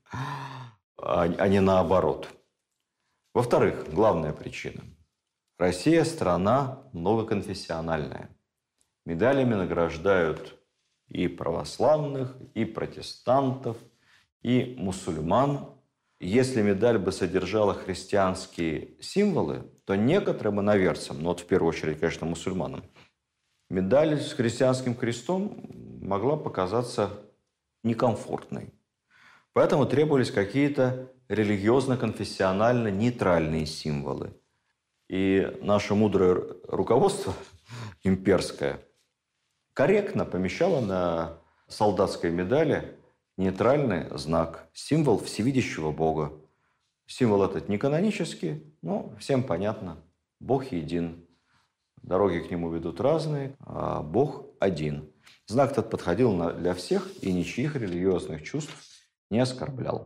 Speaker 2: а не наоборот. Во-вторых, главная причина. Россия – страна многоконфессиональная. Медалями награждают и православных, и протестантов, и мусульман. Если медаль бы содержала христианские символы, то некоторым иноверцам, в первую очередь, конечно, мусульманам, медаль с христианским крестом могла показаться некомфортной. Поэтому требовались какие-то религиозно-конфессионально-нейтральные символы. И наше мудрое руководство имперское корректно помещала на солдатской медали нейтральный знак, символ всевидящего Бога. Символ этот не канонический, но всем понятно. Бог един. Дороги к нему ведут разные, а Бог один. Знак этот подходил для всех и ничьих религиозных чувств не оскорблял.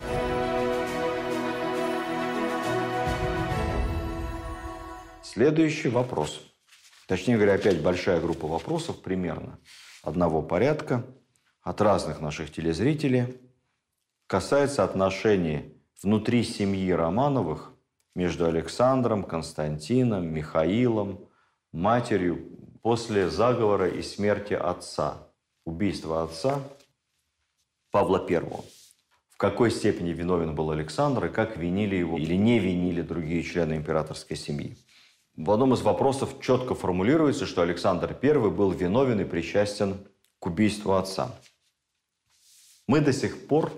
Speaker 2: Следующий вопрос. Точнее говоря, опять большая группа вопросов, примерно одного порядка, от разных наших телезрителей, касается отношений внутри семьи Романовых между Александром, Константином, Михаилом, матерью после заговора и смерти отца, убийства отца Павла I. В какой степени виновен был Александр и как винили его или не винили другие члены императорской семьи. В одном из вопросов четко формулируется, что Александр I был виновен и причастен к убийству отца. Мы до сих пор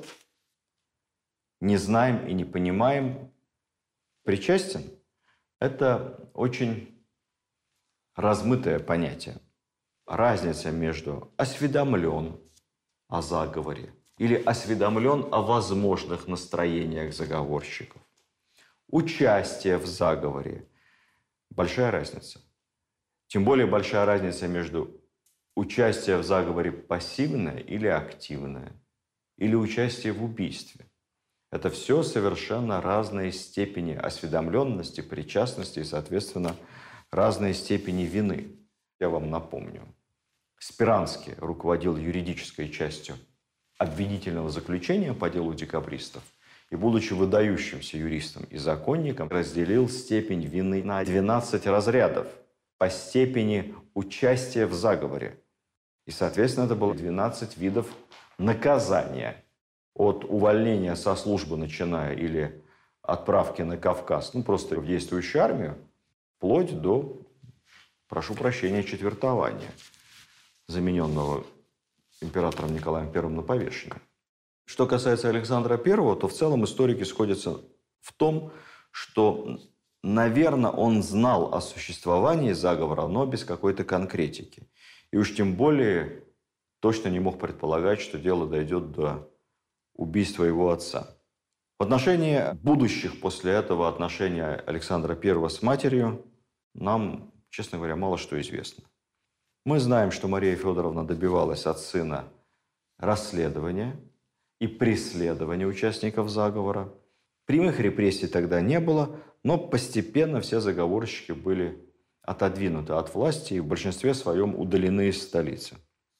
Speaker 2: не знаем и не понимаем, причастен – это очень размытое понятие. Разница между осведомлен о заговоре или осведомлен о возможных настроениях заговорщиков, участие в заговоре – большая разница. Тем более большая разница между участием в заговоре пассивное или активное, или участие в убийстве. Это все совершенно разные степени осведомленности, причастности и, соответственно, разные степени вины. Я вам напомню. Спиранский руководил юридической частью обвинительного заключения по делу декабристов и, будучи выдающимся юристом и законником, разделил степень вины на 12 разрядов по степени участия в заговоре. И, соответственно, это было 12 видов наказания. От увольнения со службы, начиная, или отправки на Кавказ, просто в действующую армию, вплоть до, прошу прощения, четвертования, замененного императором Николаем I на повешение. Что касается Александра I, то в целом историки сходятся в том, что, наверное, он знал о существовании заговора, но без какой-то конкретики. И уж тем более точно не мог предполагать, что дело дойдет до убийства его отца. В отношении будущих после этого отношения Александра I с матерью нам, честно говоря, мало что известно. Мы знаем, что Мария Федоровна добивалась от сына расследования и преследования участников заговора. Прямых репрессий тогда не было, но постепенно все заговорщики были отодвинуты от власти и в большинстве своем удалены из столицы.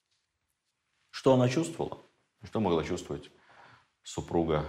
Speaker 2: Что она чувствовала? Что могла чувствовать супруга,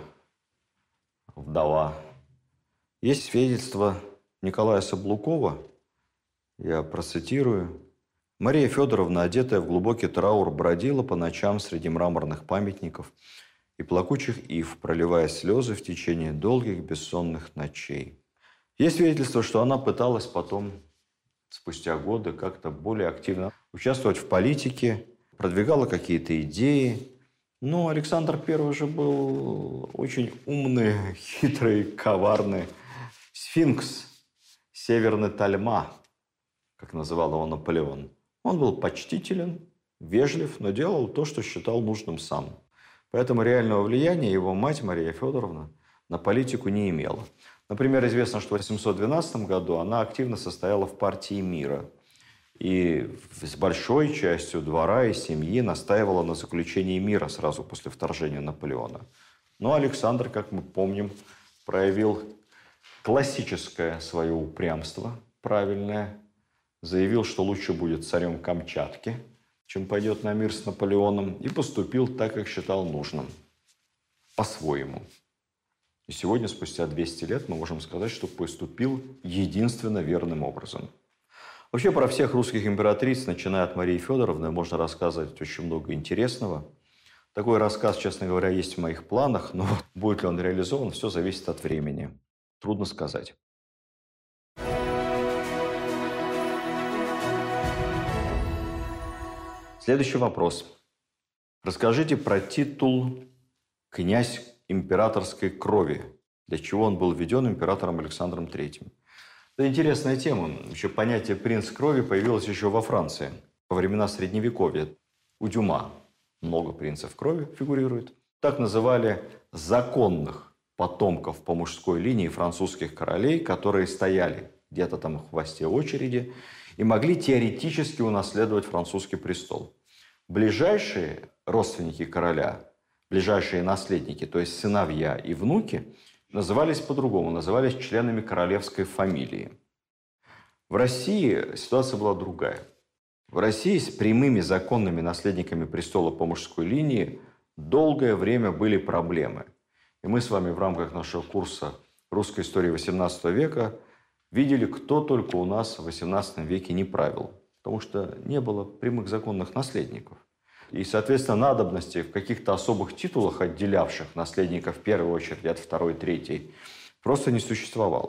Speaker 2: вдова? Есть свидетельство Николая Соблукова, я процитирую. Мария Федоровна, одетая в глубокий траур, бродила по ночам среди мраморных памятников и плакучих ив, проливая слезы в течение долгих бессонных ночей. Есть свидетельство, что она пыталась потом, спустя годы, как-то более активно участвовать в политике, продвигала какие-то идеи. Но Александр I же был очень умный, хитрый, коварный сфинкс, северный Тальма, как называл его Наполеон. Он был почтителен, вежлив, но делал то, что считал нужным сам. Поэтому реального влияния его мать Мария Федоровна на политику не имела. Например, известно, что в 1812 году она активно состояла в партии мира. И с большой частью двора и семьи настаивала на заключении мира сразу после вторжения Наполеона. Но Александр, как мы помним, проявил классическое свое упрямство, правильное. Заявил, что лучше будет царем Камчатки, чем пойдет на мир с Наполеоном. И поступил так, как считал нужным. По-своему. И сегодня, спустя 200 лет, мы можем сказать, что поступил единственно верным образом. Вообще, про всех русских императриц, начиная от Марии Федоровны, можно рассказывать очень много интересного. Такой рассказ, честно говоря, есть в моих планах, но будет ли он реализован, все зависит от времени. Трудно сказать. Следующий вопрос. Расскажите про титул «Князь императорской крови». Для чего он был введен императором Александром III? Это интересная тема. Еще понятие «принц крови» появилось еще во Франции. во времена Средневековья. У Дюма много принцев крови фигурирует. Так называли законных потомков по мужской линии французских королей, которые стояли где-то там в хвосте очереди и могли теоретически унаследовать французский престол. Ближайшие родственники короля, ближайшие наследники, то есть сыновья и внуки, назывались по-другому, назывались членами королевской фамилии. В России ситуация была другая. В России с прямыми законными наследниками престола по мужской линии долгое время были проблемы. И мы с вами в рамках нашего курса «Русская история XVIII века» видели, кто только у нас в XVIII веке не правил. Потому что не было прямых законных наследников. И, соответственно, надобности в каких-то особых титулах, отделявших наследников в первую очередь от второй, третьей, просто не существовало.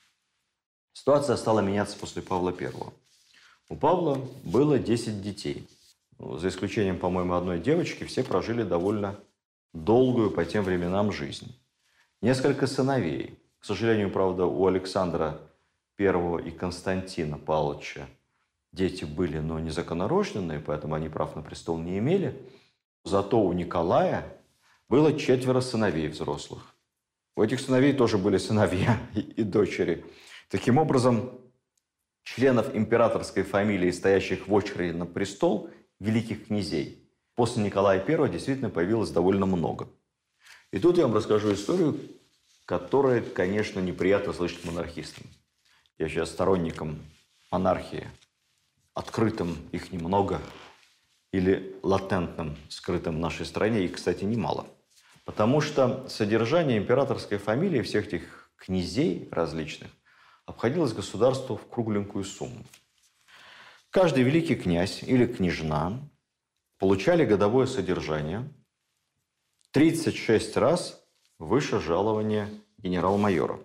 Speaker 2: Ситуация стала меняться после Павла I. У Павла было 10 детей. За исключением, по-моему, одной девочки, все прожили довольно долгую по тем временам жизнь. Несколько сыновей. К сожалению, правда, у Александра I и Константина Павловича дети были, но незаконнорожденные, поэтому они прав на престол не имели. Зато у Николая было 4 сыновей взрослых. У этих сыновей тоже были сыновья и дочери. Таким образом, членов императорской фамилии, стоящих в очереди на престол, великих князей, после Николая I действительно появилось довольно много. И тут я вам расскажу историю, которая, конечно, неприятно слышать монархистам. Я сейчас сторонником монархии, открытым их немного, или латентным, скрытым в нашей стране, их, кстати, немало. Потому что содержание императорской фамилии всех этих князей различных обходилось государству в кругленькую сумму. Каждый великий князь или княжна получали годовое содержание 36 раз выше жалования генерал-майора.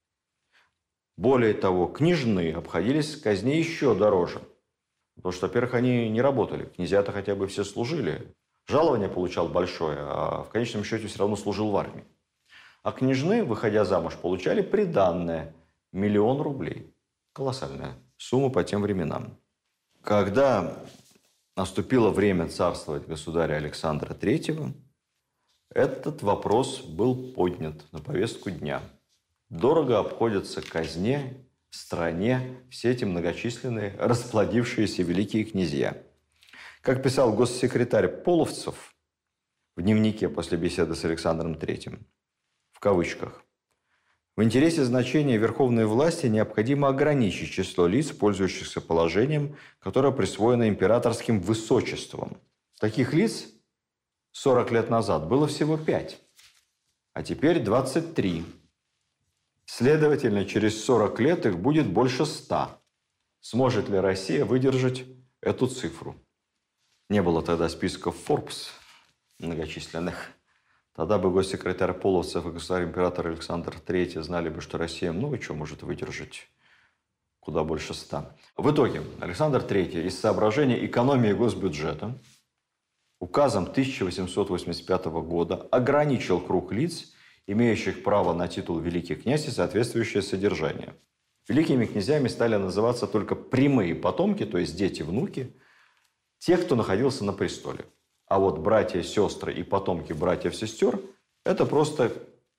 Speaker 2: Более того, княжны обходились казне еще дороже. Потому что, во-первых, они не работали. Князья-то хотя бы все служили. Жалование получал большое, а в конечном счете все равно служил в армии. А княжны, выходя замуж, получали приданное – 1 000 000 рублей. Колоссальная сумма по тем временам. Когда наступило время царствовать государя Александра III, этот вопрос был поднят на повестку дня. Дорого обходятся казне, стране все эти многочисленные расплодившиеся великие князья. Как писал госсекретарь Половцев в дневнике после беседы с Александром III, в кавычках, в интересе значения верховной власти необходимо ограничить число лиц, пользующихся положением, которое присвоено императорским высочеством. Таких лиц 40 лет назад было всего 5, а теперь 23. Следовательно, через 40 лет их будет больше 100. Сможет ли Россия выдержать эту цифру? Не было тогда списков Forbes многочисленных. Тогда бы госсекретарь Половцев и государь-император Александр III знали бы, что Россия много чего может выдержать, куда больше 100. В итоге Александр III из соображения экономии госбюджета указом 1885 года ограничил круг лиц, имеющих право на титул великий князь и соответствующее содержание. Великими князьями стали называться только прямые потомки, то есть дети, внуки, тех, кто находился на престоле. А вот братья, сестры и потомки братьев-сестер – это просто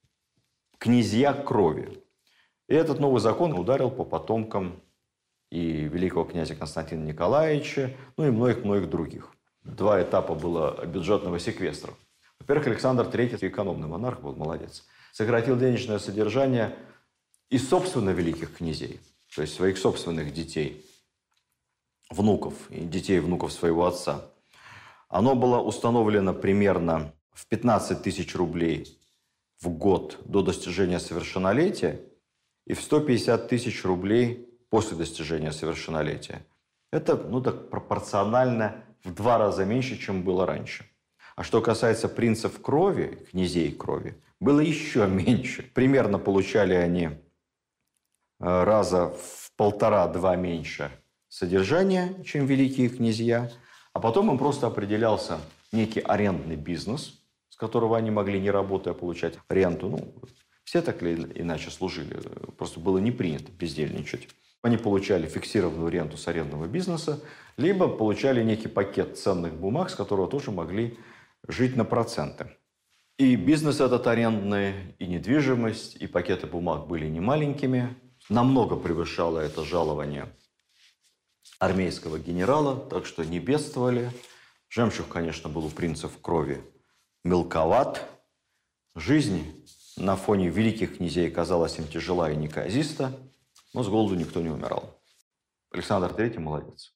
Speaker 2: князья крови. И этот новый закон ударил по потомкам и великого князя Константина Николаевича, ну и многих-многих других. 2 этапа было бюджетного секвестра. Во-первых, Александр III, экономный монарх был, молодец, сократил денежное содержание и собственно великих князей, то есть своих собственных детей, внуков и детей и внуков своего отца. Оно было установлено примерно в 15 000 рублей в год до достижения совершеннолетия и в 150 000 рублей после достижения совершеннолетия. Это так пропорционально в 2 раза меньше, чем было раньше. А что касается принцев крови, князей крови, было еще меньше. Примерно получали они раза в 1,5-2 меньше содержания, чем великие князья. А потом им просто определялся некий арендный бизнес, с которого они могли, не работая, получать ренту. Все так или иначе служили. Просто было не принято бездельничать. Они получали фиксированную ренту с арендного бизнеса, либо получали некий пакет ценных бумаг, с которого тоже могли жить на проценты. И бизнес этот арендный, и недвижимость, и пакеты бумаг были немаленькими. Намного превышало это жалование армейского генерала, так что не бедствовали. Жемчуг, конечно, был у принцев крови мелковат. Жизнь на фоне великих князей казалась им тяжела и неказиста, но с голоду никто не умирал. Александр III молодец.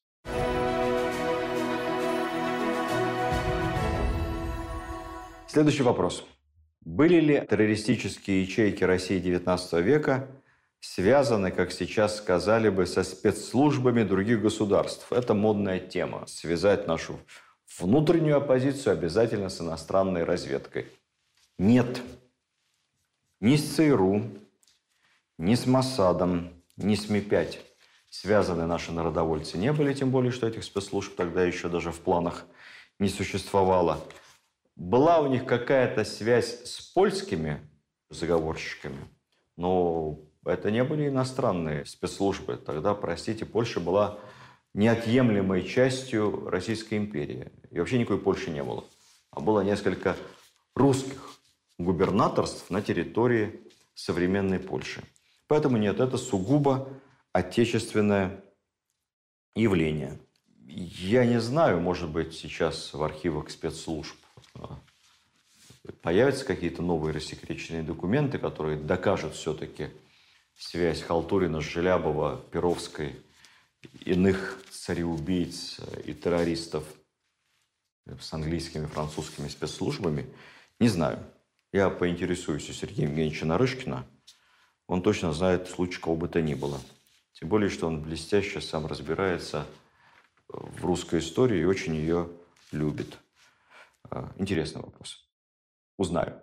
Speaker 2: Следующий вопрос. Были ли террористические ячейки России XIX века связаны, как сейчас сказали бы, со спецслужбами других государств? Это модная тема. Связать нашу внутреннюю оппозицию обязательно с иностранной разведкой. Нет. Ни с ЦРУ, ни с Моссадом, ни с Ми-5 связаны наши народовольцы не были, тем более, что этих спецслужб тогда еще даже в планах не существовало. Была у них какая-то связь с польскими заговорщиками, но это не были иностранные спецслужбы. Тогда, простите, Польша была неотъемлемой частью Российской империи. И вообще никакой Польши не было. А было несколько русских губернаторств на территории современной Польши. Поэтому нет, это сугубо отечественное явление. Я не знаю, может быть, сейчас в архивах спецслужб появятся какие-то новые рассекреченные документы, которые докажут все-таки связь Халтурина, Желябова, Перовской, иных цареубийц и террористов с английскими, французскими спецслужбами. Не знаю. Я поинтересуюсь у Сергея Евгеньевича Нарышкина. Он точно знает случай кого бы то ни было. Тем более, что он блестяще сам разбирается в русской истории и очень ее любит. Интересный вопрос. Узнаю.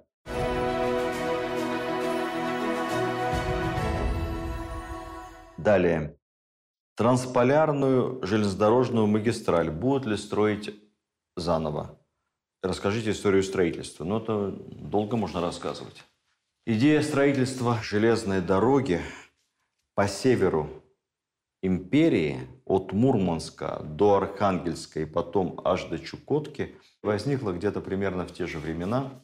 Speaker 2: Далее. Трансполярную железнодорожную магистраль будут ли строить заново? Расскажите историю строительства. Но это долго можно рассказывать. Идея строительства железной дороги по северу империи от Мурманска до Архангельска и потом аж до Чукотки возникла где-то примерно в те же времена,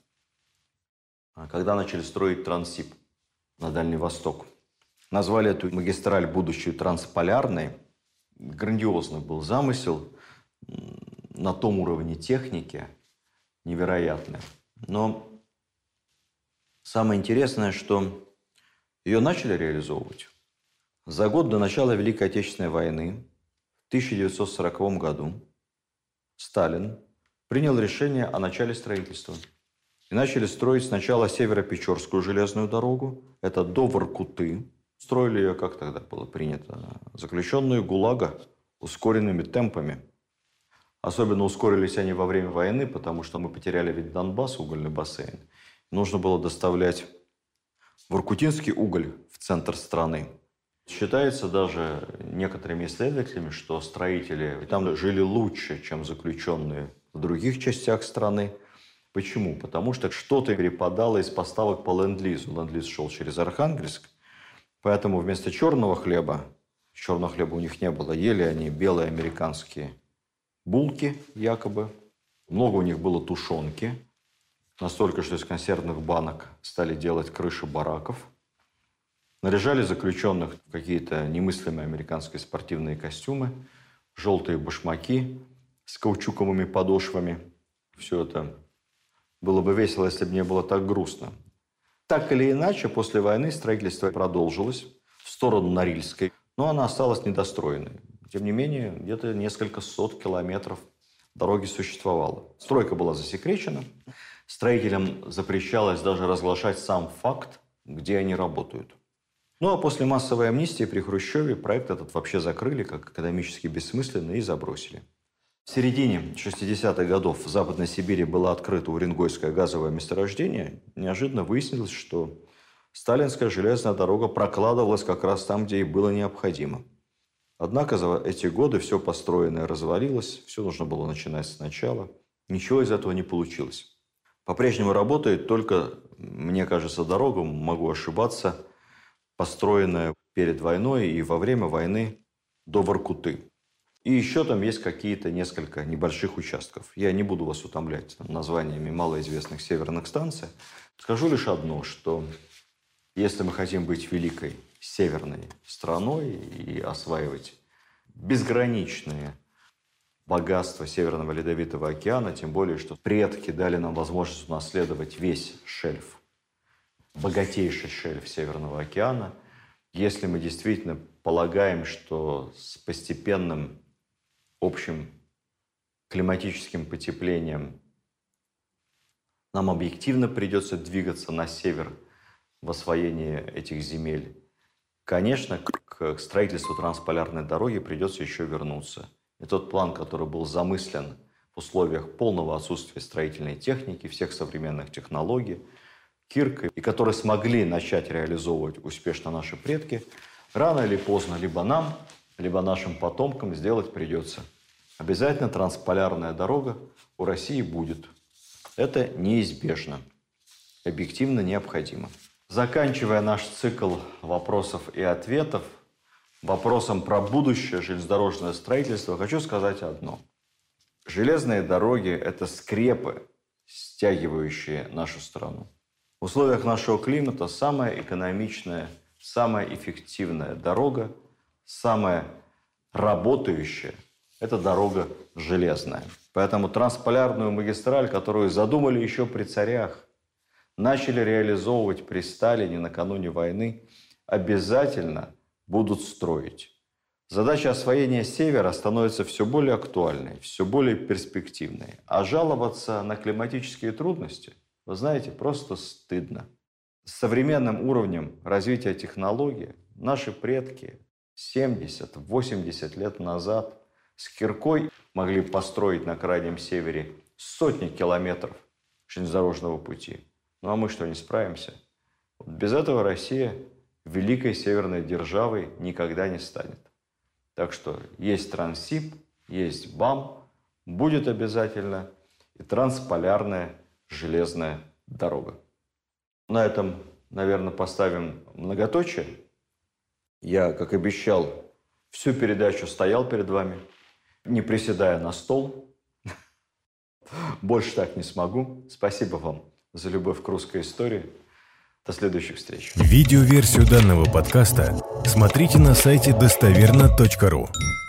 Speaker 2: когда начали строить Транссиб на Дальний Восток. Назвали эту магистраль будущую трансполярной. Грандиозный был замысел на том уровне техники, невероятный. Но самое интересное, что ее начали реализовывать за год до начала Великой Отечественной войны, в 1940 году, Сталин принял решение о начале строительства. И начали строить сначала Северо-Печорскую железную дорогу, это до Воркуты. Строили ее, как тогда было принято, заключенную ГУЛАГа ускоренными темпами. Особенно ускорились они во время войны, потому что мы потеряли ведь Донбасс, угольный бассейн. Нужно было доставлять воркутинский уголь в центр страны. Считается даже некоторыми исследователями, что строители там жили лучше, чем заключенные в других частях страны. Почему? Потому что что-то перепадало из поставок по ленд-лизу. Ленд-лиз шел через Архангельск, поэтому вместо черного хлеба у них не было, ели они белые американские булки якобы. Много у них было тушенки. Настолько, что из консервных банок стали делать крыши бараков. Наряжали заключенных в какие-то немыслимые американские спортивные костюмы, желтые башмаки с каучуковыми подошвами. Все это было бы весело, если бы не было так грустно. Так или иначе, после войны строительство продолжилось в сторону Норильской, но она осталась недостроенной. Тем не менее, где-то несколько сот километров дороги существовало. Стройка была засекречена. Строителям запрещалось даже разглашать сам факт, где они работают. Ну а после массовой амнистии при Хрущеве проект этот вообще закрыли как экономически бессмысленный и забросили. В середине 60-х годов в Западной Сибири было открыто Уренгойское газовое месторождение. Неожиданно выяснилось, что сталинская железная дорога прокладывалась как раз там, где и было необходимо. Однако за эти годы все построенное развалилось, все нужно было начинать сначала. Ничего из этого не получилось. По-прежнему работает только, мне кажется, дорога, могу ошибаться, построенная в перед войной и во время войны до Воркуты. И еще там есть какие-то несколько небольших участков. Я не буду вас утомлять названиями малоизвестных северных станций. Скажу лишь одно, что если мы хотим быть великой северной страной и осваивать безграничные богатства Северного Ледовитого океана, тем более, что предки дали нам возможность унаследовать весь шельф, богатейший шельф Северного океана, если мы действительно полагаем, что с постепенным общим климатическим потеплением нам объективно придется двигаться на север в освоении этих земель, конечно, к строительству трансполярной дороги придется еще вернуться. И тот план, который был замыслен в условиях полного отсутствия строительной техники, всех современных технологий, Киркой, и которые смогли начать реализовывать успешно наши предки, рано или поздно либо нам, либо нашим потомкам сделать придется. Обязательно трансполярная дорога у России будет. Это неизбежно, объективно необходимо. Заканчивая наш цикл вопросов и ответов, вопросом про будущее железнодорожное строительство, хочу сказать одно. Железные дороги – это скрепы, стягивающие нашу страну. В условиях нашего климата самая экономичная, самая эффективная дорога, самая работающая – это дорога железная. Поэтому трансполярную магистраль, которую задумали еще при царях, начали реализовывать при Сталине накануне войны, обязательно будут строить. Задача освоения севера становится все более актуальной, все более перспективной. А жаловаться на климатические трудности, вы знаете, просто стыдно. С современным уровнем развития технологий наши предки 70-80 лет назад с киркой могли построить на Крайнем Севере сотни километров железнодорожного пути. Ну а мы что, не справимся? Без этого Россия великой северной державой никогда не станет. Так что есть Транссиб, есть БАМ, будет обязательно и трансполярная железная дорога. На этом, наверное, поставим многоточие. Я, как обещал, всю передачу стоял перед вами, не приседая на стол. Больше так не смогу. Спасибо вам за любовь к русской истории. До следующих встреч.
Speaker 3: Видеоверсию данного подкаста смотрите на сайте достоверно.ру.